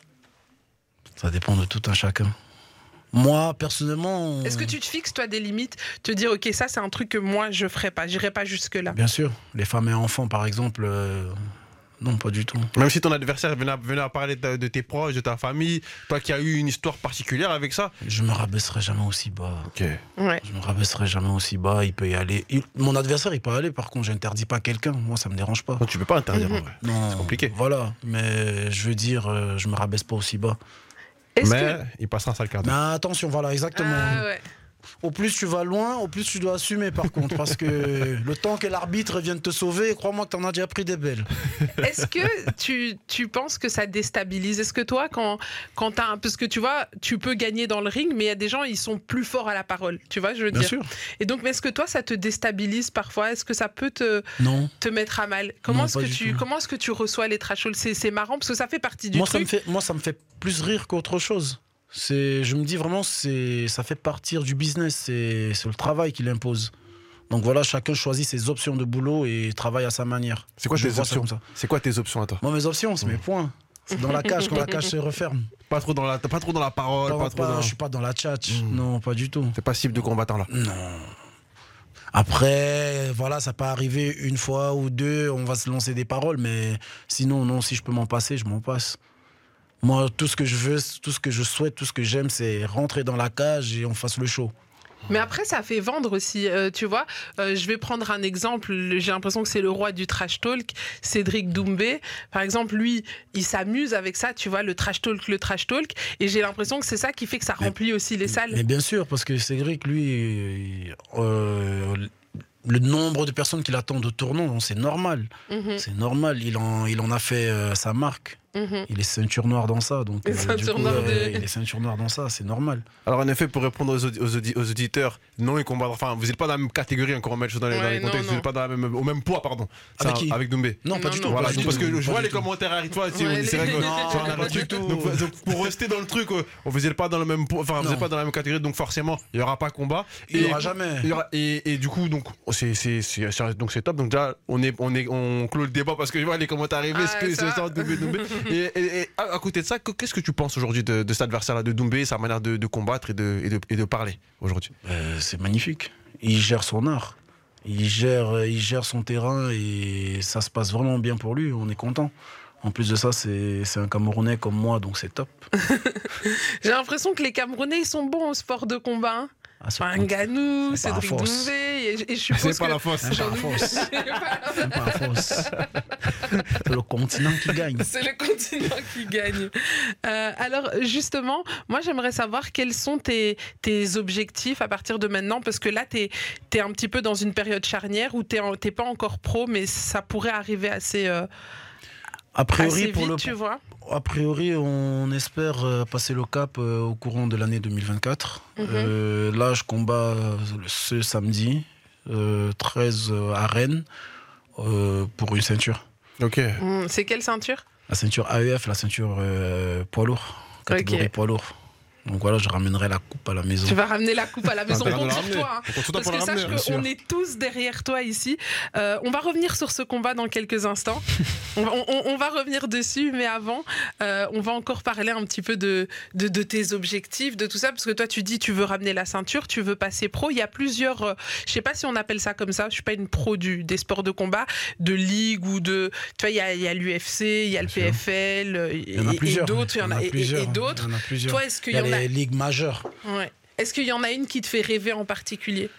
Ça dépend de tout un chacun. Moi, personnellement. Est-ce que tu te fixes toi des limites, te dire ok, ça c'est un truc que moi je ferais pas, j'irai pas jusque là? Bien sûr, les femmes et enfants, par exemple, euh, non, pas du tout. Même si ton adversaire venait à, venait à parler de, de tes proches, de ta famille, toi qui as eu une histoire particulière avec ça. Je me rabaisserai jamais aussi bas. Ok. Ouais. Je me rabaisserai jamais aussi bas. Il peut y aller. Il- Mon adversaire, il peut aller. Par contre, j'interdis pas quelqu'un. Moi, ça me dérange pas. Donc tu peux pas interdire en Mhm. vrai. Non, c'est compliqué. Voilà, mais je veux dire, euh, je me rabaisse pas aussi bas. Est-ce Mais que il passera un sale quart Mais d'heure. attention, voilà, exactement. ah, ouais. Au plus tu vas loin, au plus tu dois assumer par contre. Parce que le temps que l'arbitre vienne te sauver, crois-moi que t'en as déjà pris des belles. Est-ce que tu, tu penses que ça déstabilise? Est-ce que toi, quand, quand t'as un... Parce que tu vois, tu peux gagner dans le ring, mais il y a des gens, ils sont plus forts à la parole. Tu vois, je veux Bien dire. sûr. Et donc, mais est-ce que toi, ça te déstabilise parfois? Est-ce que ça peut te, Non. te mettre à mal? Comment Non, est-ce pas que du tu tout. comment est-ce que tu reçois les trash talks? C'est c'est marrant parce que ça fait partie du Moi ça, me truc. fait, moi, ça me fait plus rire qu'autre chose. C'est, je me dis vraiment, c'est, ça fait partir du business. C'est, c'est le travail qui l'impose. Donc voilà, chacun choisit ses options de boulot et travaille à sa manière. C'est quoi Je tes vois ça options comme ça. C'est quoi tes options à toi? Moi, mes options, c'est mes points. C'est dans la cage, quand la cage se referme. Pas trop dans la, pas trop dans la parole, Pas- pas trop pas- dans. Je suis pas dans la tchatch. Mm. Non, pas du tout. T'es pas cible de combattant là. Non. Après, voilà, ça peut arriver une fois ou deux, on va se lancer des paroles, mais sinon, non, si je peux m'en passer, je m'en passe. Moi, tout ce que je veux, tout ce que je souhaite, tout ce que j'aime, c'est rentrer dans la cage et on fasse le show. Mais après, ça fait vendre aussi. Euh, tu vois, euh, je vais prendre un exemple. J'ai l'impression que c'est le roi du trash talk, Cédric Doumbé. Par exemple, lui, il s'amuse avec ça, tu vois, le trash talk, le trash talk. Et j'ai l'impression que c'est ça qui fait que ça Mais- remplit aussi les salles. Mais bien sûr, parce que Cédric, lui, euh, le nombre de personnes qui l'attendent au tournant, c'est normal. Mhm, C'est normal, il en, il en a fait euh, sa marque. mhm. Il est ceinture noire dans ça, donc Et euh, ceinture du coup, noire de- euh, il est ceinture noire dans ça, c'est normal. Alors en effet, pour répondre aux, audi- aux audi- aux auditeurs, non, ils combattent. Enfin, vous n'êtes pas dans la même catégorie, encore on met les choses dans les, dans Ouais, les non, contextes. Vous non. n'êtes pas dans la même, au même poids, pardon. Avec Ça, qui Avec Doumbé. Non, pas Non, du non. tout. Voilà, pas donc du parce tout, que je pas vois du les tout. commentaires arrivent, toi, si, Ouais, on- c'est vrai que les- sur un Non, pas article- du tout. donc, donc, pour rester dans le truc, euh, on vous êtes pas dans le même poids, enfin vous Non. n'êtes pas dans la même catégorie, donc forcément il y aura pas combat. Il n'y Et- aura jamais. il y aura- Et, et du coup, donc c'est c'est- c'est- c'est- donc c'est top. Donc déjà, on est on est on clôt le débat parce que je vois les commentaires arriver. Est-ce Ah, que ça c'est ça Doumbé, Doumbé Et, et- et à, à côté de ça, que- qu'est-ce que tu penses aujourd'hui de, de cet adversaire-là, de Doumbé, sa manière de, de combattre et de, et de, et de parler aujourd'hui? Euh, c'est magnifique. Il gère son art. Il gère, il gère son terrain et ça se passe vraiment bien pour lui. On est content. En plus de ça, c'est c'est un Camerounais comme moi, donc c'est top. J'ai l'impression que les Camerounais, ils sont bons au sport de combat. Hein. Ah, c'est Enfin, pas- Nganou, c'est pas la Cédric force. Doumbé. Et, et je suppose C'est pas que... la fausse. C'est pas la force. C'est pas la force. C'est le continent qui gagne. C'est le continent qui gagne. Euh, alors justement, moi j'aimerais savoir quels sont tes, tes objectifs à partir de maintenant, parce que là tu es un petit peu dans une période charnière où tu n'es pas encore pro, mais ça pourrait arriver assez, euh, A priori, assez pour vite, le, tu vois. a priori, on espère euh, passer le cap euh, au courant de l'année deux mille vingt-quatre. Mhm. Euh, là, je combats euh, ce samedi, euh, treize euh, à Rennes, euh, pour une ceinture. Ok. Hum, C'est quelle ceinture? La ceinture A E F, la ceinture euh, poids lourd, catégorie Ok. poids lourd. Donc voilà, je ramènerai la coupe à la maison. Tu vas ramener la coupe à la maison, T'as on raison de compte la sur ramener. toi. hein. On compte sur toi Parce pour la que ramener, sache bien sûr. qu'on est tous derrière toi ici. Euh, on va revenir sur ce combat dans quelques instants. on, va- on- on va revenir dessus, mais avant, euh, on va encore parler un petit peu de, de, de tes objectifs, de tout ça, parce que toi, tu dis tu veux ramener la ceinture, tu veux passer pro. Il y a plusieurs, euh, je sais pas si on appelle ça comme ça, je suis pas une pro du, des sports de combat, de ligue ou de, tu vois, il y a, il y a l'U F C, il y a le Bien P F L, euh, et, Il y en a et plusieurs. d'autres, il y en a, et- et- plusieurs. et d'autres. Il y en a plusieurs. Toi, est-ce qu'il Il y y a en a les ligues majeures. Ouais. Est-ce qu'il y en a une qui te fait rêver en particulier?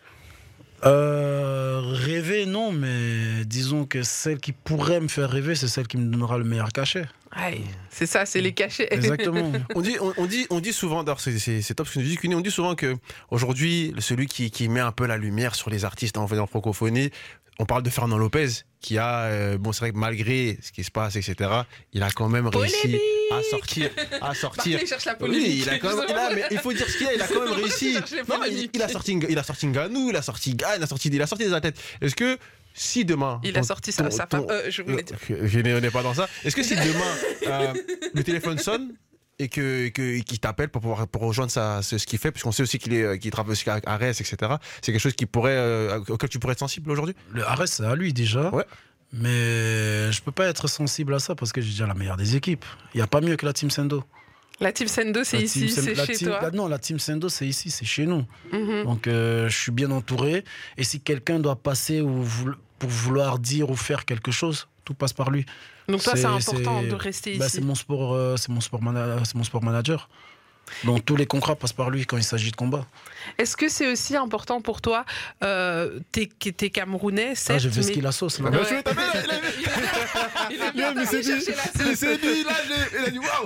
Euh, rêver, non, mais disons que celle qui pourrait me faire rêver, c'est celle qui me donnera le meilleur cachet. Ouais, c'est ça, c'est les cachets. Exactement. On dit, on, on dit, on dit souvent, d'ailleurs, c'est, c'est, c'est top ce que nous dit, Cuny, on dit souvent que aujourd'hui, celui qui, qui met un peu la lumière sur les artistes en, en francophonie, on parle de Fernand Lopez, qui a, euh, bon, c'est vrai que malgré ce qui se passe, et cetera, il a quand même réussi Polémique à sortir, à sortir. Barclay cherche la polémique. Oui, il a quand même, il a- mais il faut dire ce qu'il a, il a quand même réussi. Cherche les Non, il, polémiques. il a sorti, il a sorti Nganou, il a sorti Gann, il a sorti, il a sorti des athlètes. Est-ce que si demain, Il a ton- sorti sa, ton- sa ton- femme. Euh, je voulais dire. euh, je n'ai- on n'est pas dans ça. Est-ce que si demain euh, le téléphone sonne et que, et que et qu'il t'appelle pour pouvoir pour rejoindre sa, ce, ce qu'il fait, puisqu'on sait aussi qu'il est euh, qu'il travaille aussi à Arès, et cetera. C'est quelque chose qui pourrait euh, auquel tu pourrais être sensible aujourd'hui. Le Arès, c'est à lui déjà. Ouais. Mais je peux pas être sensible à ça parce que j'ai déjà la meilleure des équipes. Il n'y a pas mieux que la Team Sendo. La Team Sendo, c'est La ici, Team Sen- c'est la chez team- toi. la- non, la Team Sendo, c'est ici, c'est chez nous. Mhm. Donc euh, je suis bien entouré. Et si quelqu'un doit passer ou voul- pour vouloir dire ou faire quelque chose, tout passe par lui. Donc toi, c'est C'est- important c'est- de rester Bah, ici. c'est mon sport, euh, c'est mon sport, mana- c'est mon sport manager. Donc tous les contrats passent par lui quand il s'agit de combat. Est-ce que c'est aussi important pour toi, euh, t'es, t'es Camerounais, Ah, certes, j'ai fait ce mais- qu'il a sauce là. Ouais. je vais taper, là, il a- Il a il a- bien mais c'est cherché dit, la c'est sauce. c'est dit, là, j'ai- il a dit waouh.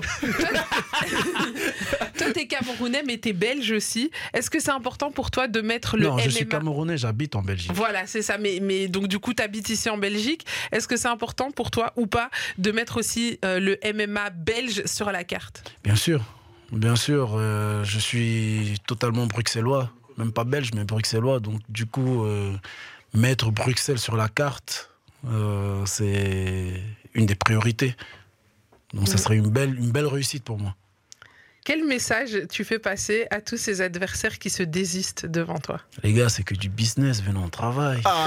Toi, t'es Camerounais, mais t'es belge aussi. Est-ce que c'est important pour toi de mettre le Non, je M suis M A? camerounais, j'habite en Belgique. Voilà, c'est ça. Mais, mais donc, du coup, tu habites ici en Belgique. Est-ce que c'est important pour toi ou pas de mettre aussi euh, le M M A belge sur la carte? Bien sûr, bien sûr. euh, je suis totalement bruxellois, même pas belge, mais bruxellois. Donc du coup, euh, mettre Bruxelles sur la carte, euh, c'est une des priorités. Donc ça serait une belle, une belle réussite pour moi. Quel message tu fais passer à tous ces adversaires qui se désistent devant toi? Les gars, c'est que du business, venez on travaille. Ah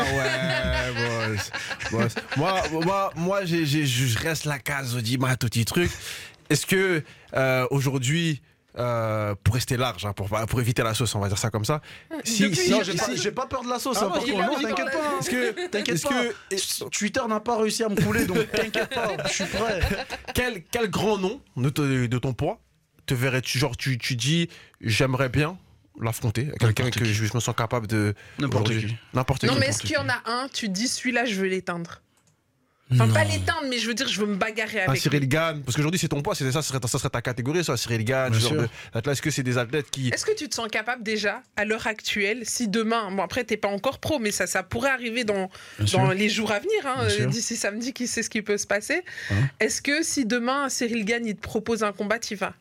ouais, boss, boss. Moi, moi, moi, j'ai, j'ai, je reste la case Audimat, tout petit truc. Est-ce que euh, aujourd'hui, euh, pour rester large, hein, pour, pour éviter la sauce, on va dire ça comme ça. Si, Depuis- si, Non, j'ai j'ai pas- pas, j'ai pas peur de la sauce. Ah hein, non, par il contre, a non, dit qu'on t'inquiète l'a- pas. est-ce que, T'inquiète est-ce pas. que, Twitter n'a pas réussi à me couler, donc t'inquiète pas, je suis prêt. quel, quel grand nom de, te- de ton poids te verrais-tu, genre tu, tu dis j'aimerais bien l'affronter, quelqu'un N'importe que qui. je, je me sens capable de N'importe aujourd'hui. qui. N'importe Non, qui. mais est-ce qu'il y en a un, tu dis celui-là, je veux l'éteindre? Enfin, Non. pas l'éteindre, mais je veux dire, je veux me bagarrer Un avec lui. Cyril Gann, parce qu'aujourd'hui c'est ton poids, c'est ça, ça serait, ça serait ta catégorie, ça, Cyril Gann, Bien ce genre sûr. de- d'athlète. Est-ce que c'est des athlètes qui. Est-ce que tu te sens capable déjà, à l'heure actuelle, si demain, bon après t'es pas encore pro, mais ça, ça pourrait arriver dans, Bien sûr. dans les jours à venir, hein, Bien euh, sûr. d'ici samedi, qui sait ce qui peut se passer. Hein. Est-ce que si demain Cyril Gann il te propose un combat, tu y vas?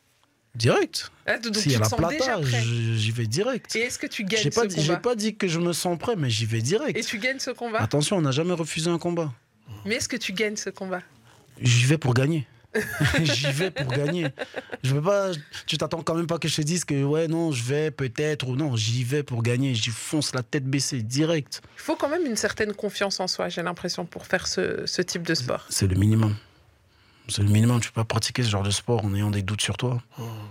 Direct. Ah, donc S'il y tu a te la sens déjà plata, prêt. j- j'y vais direct. Et est-ce que tu gagnes J'ai pas, ce dit- combat j'ai pas dit que je me sens prêt, mais j'y vais direct. Et tu gagnes ce combat? Attention, on n'a jamais refusé un combat. Mais est-ce que tu gagnes ce combat? J'y vais pour gagner. J'y vais pour gagner. Je veux pas. Tu t'attends quand même pas que je te dise que ouais non, je vais peut-être ou non. J'y vais pour gagner. J'y fonce la tête baissée direct. Il faut quand même une certaine confiance en soi, j'ai l'impression, pour faire ce, ce type de sport. C'est le minimum. C'est le minimum. Tu peux pas pratiquer ce genre de sport en ayant des doutes sur toi.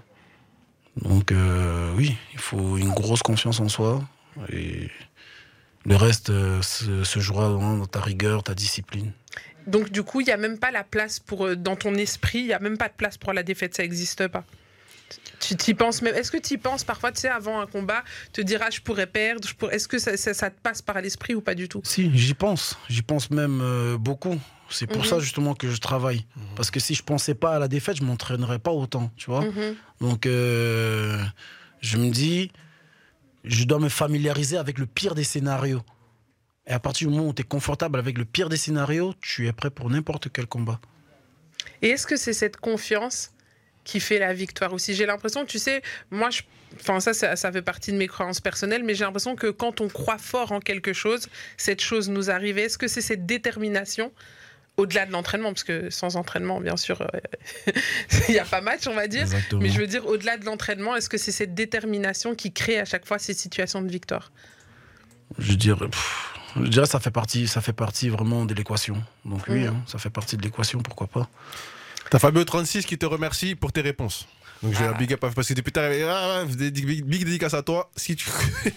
Donc euh, oui, il faut une grosse confiance en soi et le reste euh, se, se jouera dans, dans ta rigueur, ta discipline. Donc du coup, il n'y a même pas la place pour, euh, dans ton esprit, il n'y a même pas de place pour la défaite, ça n'existe pas. Tu t'y penses même. Est-ce que tu y penses parfois, tu sais, avant un combat, te dire, ah, je pourrais perdre, je pourrais... est-ce que ça, ça, ça te passe par l'esprit ou pas du tout? Si, j'y pense. J'y pense même euh, beaucoup. C'est pour Mhm. ça justement que je travaille. Parce que si je pensais pas à la défaite, je m'entraînerais pas autant, tu vois. Mhm. Donc euh, je me dis, je dois me familiariser avec le pire des scénarios. Et à partir du moment où tu es confortable avec le pire des scénarios, tu es prêt pour n'importe quel combat. Et est-ce que c'est cette confiance qui fait la victoire aussi? J'ai l'impression que, tu sais, moi, je... enfin, ça, ça, ça fait partie de mes croyances personnelles, mais j'ai l'impression que quand on croit fort en quelque chose, cette chose nous arrive. Est-ce que c'est cette détermination au-delà de l'entraînement, parce que sans entraînement, bien sûr, euh, il n'y a pas match, on va dire. Exactement. Mais je veux dire, au-delà de l'entraînement, est-ce que c'est cette détermination qui crée à chaque fois ces situations de victoire? Je dirais, pff, je dirais ça fait partie, ça fait partie vraiment de l'équation. Donc oui, Mhm. hein, ça fait partie de l'équation, pourquoi pas. T'as Fabio trente-six qui te remercie pour tes réponses. Donc je vais Ah. un big up parce que depuis tard, ah, big, big dédicace à toi. Si tu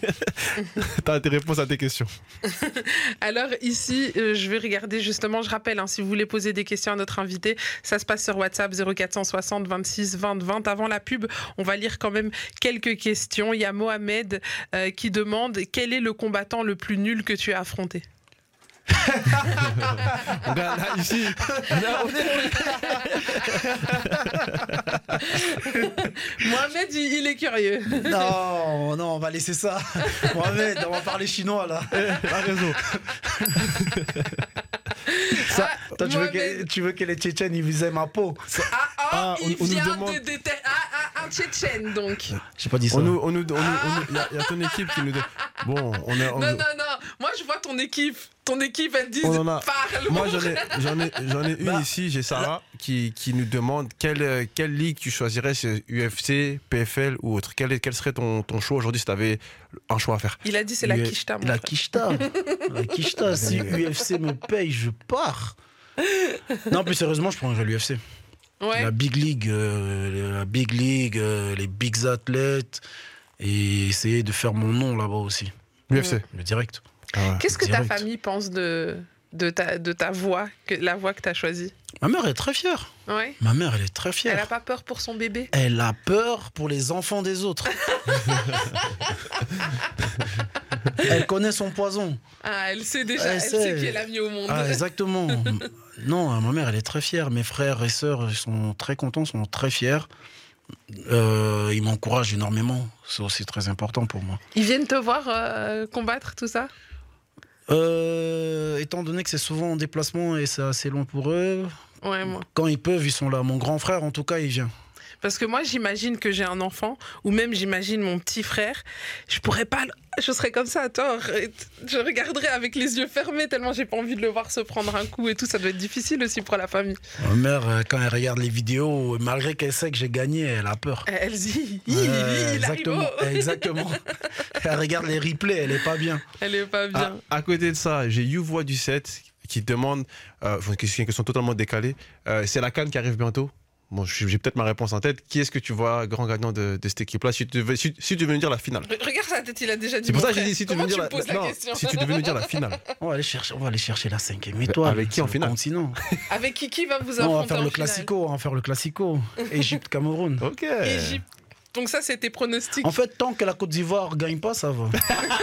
as tes réponses à tes questions. Alors ici, euh, je vais regarder justement, je rappelle, hein, si vous voulez poser des questions à notre invité, ça se passe sur WhatsApp zéro quatre cent soixante vingt-six vingt vingt. Avant la pub, on va lire quand même quelques questions. Il y a Mohamed euh, qui demande quel est le combattant le plus nul que tu as affronté? Regarde, là, ici. Là, on est- Mohamed, il, il est curieux. Non, non, on va laisser ça. Mohamed, on va parler chinois là. T'as raison. Ça, Toi, tu veux, Mohamed- que, tu veux que les Tchétchènes ils visaient ma peau? Ah, ah, Ah, il on- on nous vient demande- de déter... Ah, ah, un Tchétchène, donc. J'ai pas dit ça. On nous, on nous, on nous, on nous- il y a- il y, a ton équipe qui nous donne. Bon, on est. on- Non, non, non. Moi, je vois ton équipe. Ton équipe, elle dit On en a- parle. Moi, j'en ai, j'en ai, j'en ai une Bah, ici. J'ai Sarah qui, qui nous demande quelle, euh, quelle ligue tu choisirais, c'est U F C, P F L ou autre. Quel, est- quel serait ton, ton choix aujourd'hui si tu avais un choix à faire? Il a dit c'est la U- quicheta, mon La frère. Kishta. La Kishta. Si U F C me paye, je pars. Non, plus sérieusement, je prendrais l'U F C. Ouais. La Big League, euh, la Big League, euh, les Big athlètes. Et essayer de faire mon nom là-bas aussi. U F C. Le direct. Ah ouais. Qu'est-ce que ta Direct. famille pense de, de, ta, de ta voix, que, la voix que tu as choisie? Ma mère elle est très fière. Ouais. Ma mère, elle est très Elle fière. a pas peur pour son bébé? Elle a peur pour les enfants des autres. Elle connaît son poison. Ah, elle sait déjà, Elle elle, sait. sait qui l'a mis au monde. Ah, exactement. Non, ma mère, elle est très fière. Mes frères et sœurs ils sont très contents, sont très fiers. Euh, ils m'encouragent énormément. C'est aussi très important pour moi. Ils viennent te voir euh, combattre tout ça? Euh, étant donné que c'est souvent en déplacement et c'est assez long pour eux, Ouais, moi. quand ils peuvent, ils sont là. Mon grand frère, en tout cas, il vient. Parce que moi, j'imagine que j'ai un enfant, ou même j'imagine mon petit frère. Je pourrais pas. le- Je serais comme ça, toi. Je regarderais avec les yeux fermés tellement j'ai pas envie de le voir se prendre un coup et tout. Ça doit être difficile aussi pour la famille. Ma mère, euh, quand elle regarde les vidéos, malgré qu'elle sait que j'ai gagné, elle a peur. Elle dit, il, Ouais, il arrive. exactement, oh. exactement. Elle regarde les replays, elle est pas bien. Elle est pas bien. À, à côté de ça, j'ai Youvois du sept qui demande, euh, enfin, c'est une question totalement décalée, euh, c'est la CAN qui arrive bientôt. Bon, j'ai j'ai peut-être ma réponse en tête. Qui est-ce que tu vois grand gagnant de, de cette équipe-là si tu devais, si, si tu devais nous dire la finale? Re- Regarde sa tête, il a déjà dit. C'est pour mon ça que j'ai frère. dit si tu Comment veux nous dire me poses la non, question si tu devais nous dire la finale. On va aller chercher, on va aller chercher la cinquième étoile. Avec qui en sur le finale continent. Avec qui qui va vous Non, affronter on va faire en le finale? classico, on va faire le classico. Égypte-Cameroun. Ok. Égypte. Donc ça, c'était pronostic. En fait, tant que la Côte d'Ivoire gagne pas, ça va.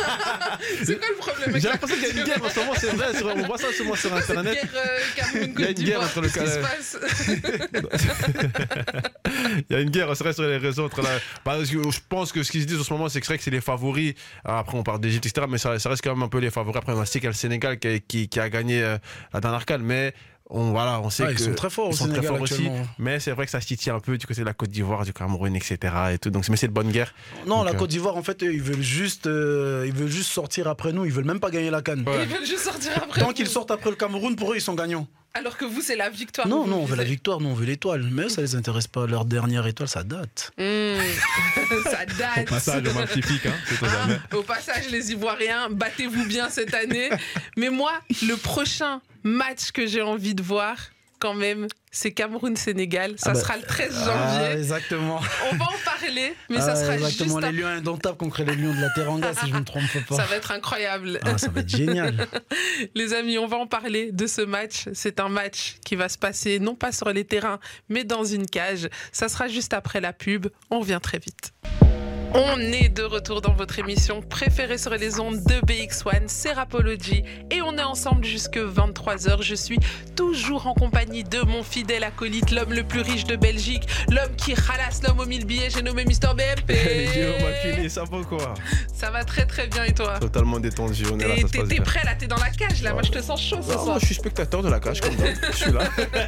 C'est quoi le problème avec J'ai la l'impression qu'il y a une guerre en ce moment, c'est vrai, c'est vrai, on voit ça souvent sur Cette internet. guerre euh, Cameroun, Il y a Côte une guerre d'Ivoire, entre le qu'est-ce qui se Canada- passe? Il y a une guerre, c'est vrai, sur les réseaux entre la. Parce que je pense que ce qu'ils se disent en ce moment, c'est que c'est vrai que c'est les favoris. Après, on parle d'Égypte, et cetera. Mais ça, ça reste quand même un peu les favoris. Après, on sait qu'il y a le Sénégal qui, a- qui, qui a gagné euh, la dernière CAN. Mais on, voilà, on sait Ah, que. ils sont très forts au ils sont très Sénégal forts aussi. actuellement. Mais c'est vrai que ça se titille un peu du côté de la Côte d'Ivoire, du Cameroun, et cetera. Et tout. Donc, mais c'est de bonne guerre. Non, Donc, la euh, Côte d'Ivoire, en fait, eux, ils veulent juste, euh, ils veulent juste sortir après nous. Ils veulent même pas gagner la CAN. Ouais. Ils veulent juste sortir après. Tant vous. qu'ils sortent après le Cameroun, pour eux, ils sont gagnants. Alors que vous, c'est la victoire. Non, que non, vous on veut la visez. victoire, nous, on veut l'étoile. Mais eux, ça les intéresse pas. Leur dernière étoile, ça date. Mmh. Ça date. Passage au magnifique, hein, c'est Hein, jamais. au passage, les Ivoiriens, battez-vous bien cette année. Mais moi, le prochain match que j'ai envie de voir, quand même, c'est Cameroun-Sénégal. Ça Ah bah, sera le treize Ah, janvier. exactement. On va en parler, mais ça Ah, sera exactement. juste Les après. lions indomptables contre les lions de la Teranga, si je ne me trompe pas. Ça va être incroyable. Ah, ça va être génial. Les amis, on va en parler de ce match. C'est un match qui va se passer non pas sur les terrains, mais dans une cage. Ça sera juste après la pub. On revient très vite. On est de retour dans votre émission préférée sur les ondes de B X un, c'est Rapology et on est ensemble jusque vingt-trois heures. Je suis toujours en compagnie de mon fidèle acolyte, l'homme le plus riche de Belgique, l'homme qui ralasse l'homme aux mille billets, j'ai nommé Mister B M P. Guillaume a fini, ça va quoi? Ça va très très bien et toi? Totalement détendu, on est là, T'es ça se t'es- passe t'es bien. prêt là, t'es dans la cage là, moi je te sens chaud ce Non, soir. moi, je suis spectateur de la cage comme d'hab. Je suis là.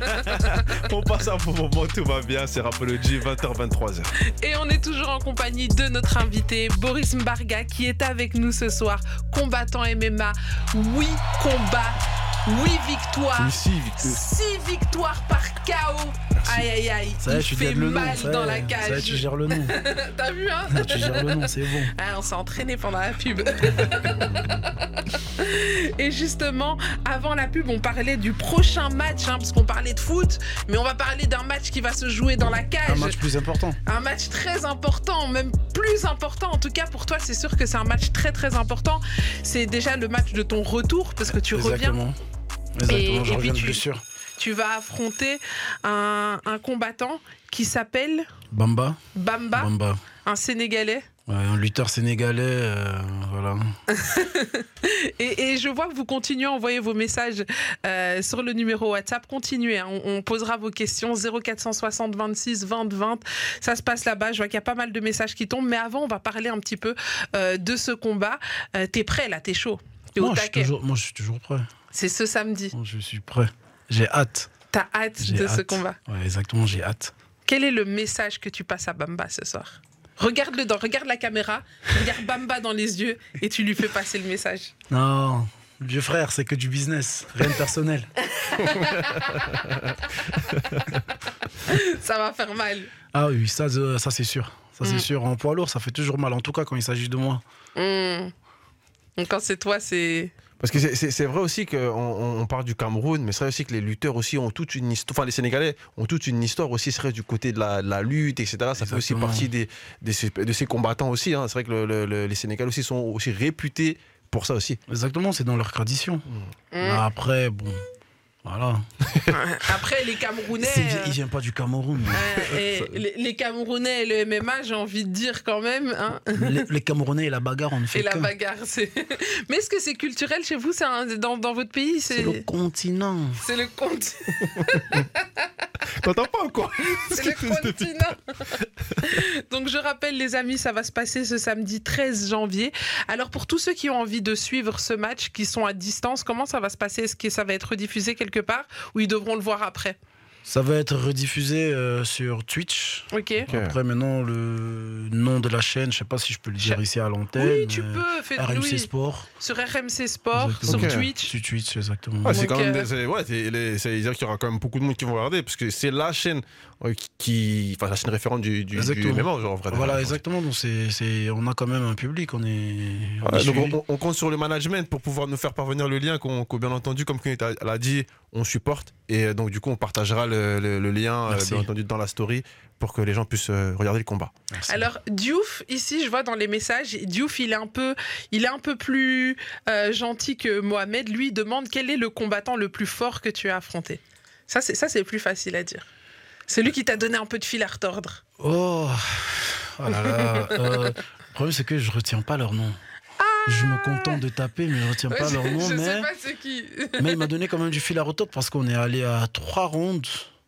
On passe un bon moment, tout va bien. C'est Rapology, vingt heures vingt-trois heures. Et on est toujours en compagnie de notre invité, Boris Mbarga, qui est avec nous ce soir, combattant M M A, huit combats, huit victoires, Ici, Victor. six victoires par K O. Aïe aïe aïe, Ça y est, il tu fait gardes le nom. mal Ça y dans est, la ça y est, cage. tu gères le nom. T'as vu hein? Ah, tu gères le nom, c'est bon. Ah, on s'est entraîné pendant la pub. Et justement, avant la pub, on parlait du prochain match, hein, parce qu'on parlait de foot, mais on va parler d'un match qui va se jouer dans la cage. Un match plus important. Un match très important, même plus important. En tout cas, pour toi, c'est sûr que c'est un match très très important. C'est déjà le match de ton retour, parce que tu reviens. Exactement. Exactement, Et- je et reviens puis de tu- blessure. Tu vas affronter un, un combattant qui s'appelle Bamba. Bamba, Bamba. un Sénégalais. Ouais, un lutteur sénégalais, euh, voilà. et, et je vois que vous continuez à envoyer vos messages euh, sur le numéro WhatsApp. Continuez, hein, on, on posera vos questions. zéro quatre cent soixante vingt-six vingt vingt. Ça se passe là-bas. Je vois qu'il y a pas mal de messages qui tombent. Mais avant, on va parler un petit peu euh, de ce combat. Euh, t'es prêt là? T'es chaud? T'es au Moi, je suis taquet? toujours, moi, je suis toujours prêt. C'est ce samedi. Moi, je suis prêt. J'ai hâte. T'as hâte J'ai de hâte. ce combat. Ouais, exactement, j'ai hâte. Quel est le message que tu passes à Bamba ce soir? Regarde-le dans, regarde la caméra, regarde Bamba dans les yeux et tu lui fais passer le message. Non, vieux frère, c'est que du business, rien de personnel. Ça va faire mal. Ah oui, ça, euh, ça c'est sûr. Ça c'est Mm. sûr. En poids lourd, ça fait toujours mal. En tout cas, quand il s'agit de moi. Mmh. Donc quand c'est toi, c'est... Parce que c'est- c'est c'est vrai aussi qu'on on, on parle du Cameroun, mais c'est vrai aussi que les lutteurs aussi ont toute une histoire, enfin les Sénégalais ont toute une histoire aussi, c'est vrai, du côté de la, de la lutte, et cetera. Ça fait aussi Exactement. partie des, des- de ces combattants aussi. Hein. C'est vrai que le- le- le- les Sénégalais aussi sont aussi réputés pour ça aussi. Exactement, c'est dans leur tradition. Mmh. Après, bon, voilà. Après, les Camerounais... C'est- euh, Il vient pas du Cameroun. euh, et les, les Camerounais et le M M A, j'ai envie de dire quand même... Hein, les, les Camerounais et la bagarre, on ne fait et la qu'un. bagarre, c'est... Mais est-ce que c'est culturel chez vous? C'est un- dans, dans votre pays? C'est le continent. C'est le conti- T'entends pas encore? c'est le continent. Donc je rappelle les amis, ça va se passer ce samedi treize janvier. Alors pour tous ceux qui ont envie de suivre ce match, qui sont à distance, comment ça va se passer? Est-ce que ça va être rediffusé quelque part ou ils devront le voir après? Ça va être rediffusé euh, sur Twitch. Ok. Ok. Après, maintenant, le nom de la chaîne, je sais pas si je peux le dire Cha- ici à l'antenne. Oui, tu mais peux. Fais, R M C oui. Sport. Sur R M C Sport, Exactement. sur Ok. Twitch. Sur Twitch, exactement. Ouais, c'est Donc, quand même euh, des- c'est- ouais, c'est- les- ça veut dire qu'il y aura quand même beaucoup de monde qui vont regarder, parce que c'est la chaîne euh, qui, enfin la chaîne référente du, du, du Exactement. M M A, genre, en vrai. Voilà, exactement. Donc c'est, c'est, on a quand même un public. On est. On Ouais, est donc suivi. on, on compte sur le management pour pouvoir nous faire parvenir le lien qu'on, qu'on, bien entendu, comme Kunit a- l'a dit, on supporte, et euh, donc du coup on partagera le, le- le lien, euh, Merci. bien entendu, dans la story pour que les gens puissent euh, regarder le combat. Merci. Alors Diouf, ici je vois dans les messages, Diouf il est un peu, il est un peu plus euh, gentil que Mohamed. Lui il demande quel est le combattant le plus fort que tu as affronté. Ça c'est ça c'est plus facile à dire. C'est lui qui t'a donné un peu de fil à retordre. Oh, oh là là. euh, le problème, c'est que je retiens pas leur nom. Je me contente de taper, mais je retiens Ouais, pas je leur nom. je mais... sais pas c'est qui. Mais il m'a donné quand même du fil à retordre parce qu'on est allé à trois rounds.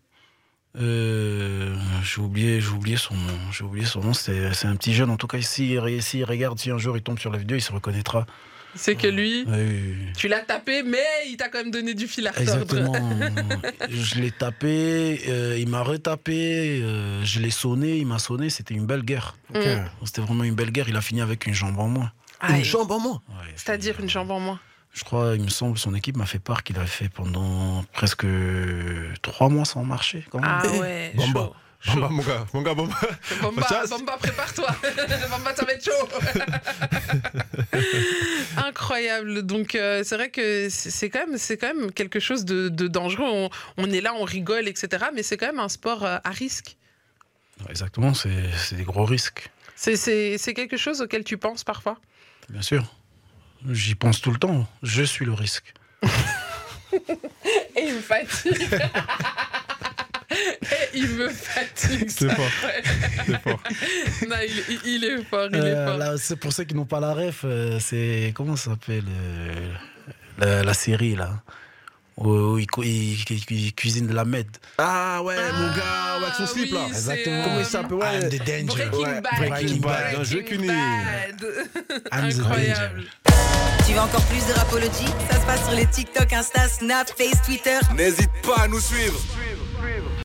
Euh, j'ai oublié, j'ai oublié son nom. J'ai oublié son nom. C'est, c'est un petit jeune. En tout cas, ici, s'il regarde, si un jour il tombe sur la vidéo, il se reconnaîtra. C'est que lui, Oui, oui, oui. tu l'as tapé, mais il t'a quand même donné du fil à retordre. Exactement. Je l'ai tapé, euh, il m'a retapé, euh, je l'ai sonné, il m'a sonné. C'était une belle guerre. Mm. C'était vraiment une belle guerre. Il a fini avec une jambe en moins. Aïe. Une jambe en moins. Ouais, C'est-à-dire une jambe en moins. Je crois, il me semble, son équipe m'a fait part qu'il avait fait pendant presque trois mois sans marcher. Quand même. Ah ouais, Bamba. chaud. chaud. Bamba, mon gars, mon gars, Bamba. Bamba, Chasse. Bamba, prépare-toi. Bamba, ça va être chaud. Incroyable. Donc, euh, c'est vrai que c'est c'est quand même, c'est quand même quelque chose de, de dangereux. On, on est là, on rigole, et cetera. Mais c'est quand même un sport euh, à risque. Exactement, c'est, c'est des gros risques. C'est- C'est c'est quelque chose auquel tu penses parfois. Bien sûr. J'y pense tout le temps. Je suis le risque. Et il me fatigue. Et il me fatigue. C'est ça. fort. C'est fort. Non, il, il- il est fort, il est Euh, fort. là, c'est pour ceux qui n'ont pas la ref, euh, c'est. Comment ça s'appelle euh, la, la série, là où, où il, cu- il- il- il cuisine de la med. Ah ouais, mon gars, avec son slip oui, là. c'est, Exactement. Comment il euh, s'appelle? Ouais. I'm the danger. Breaking Ouais, Bad. Breaking Bad, bien joué, Breaking Cuny. Bad. I'm the Incroyable. Tu veux encore plus de Rapology? Ça se passe sur les TikTok, Insta, Snap, Face, Twitter. N'hésite pas à nous suivre.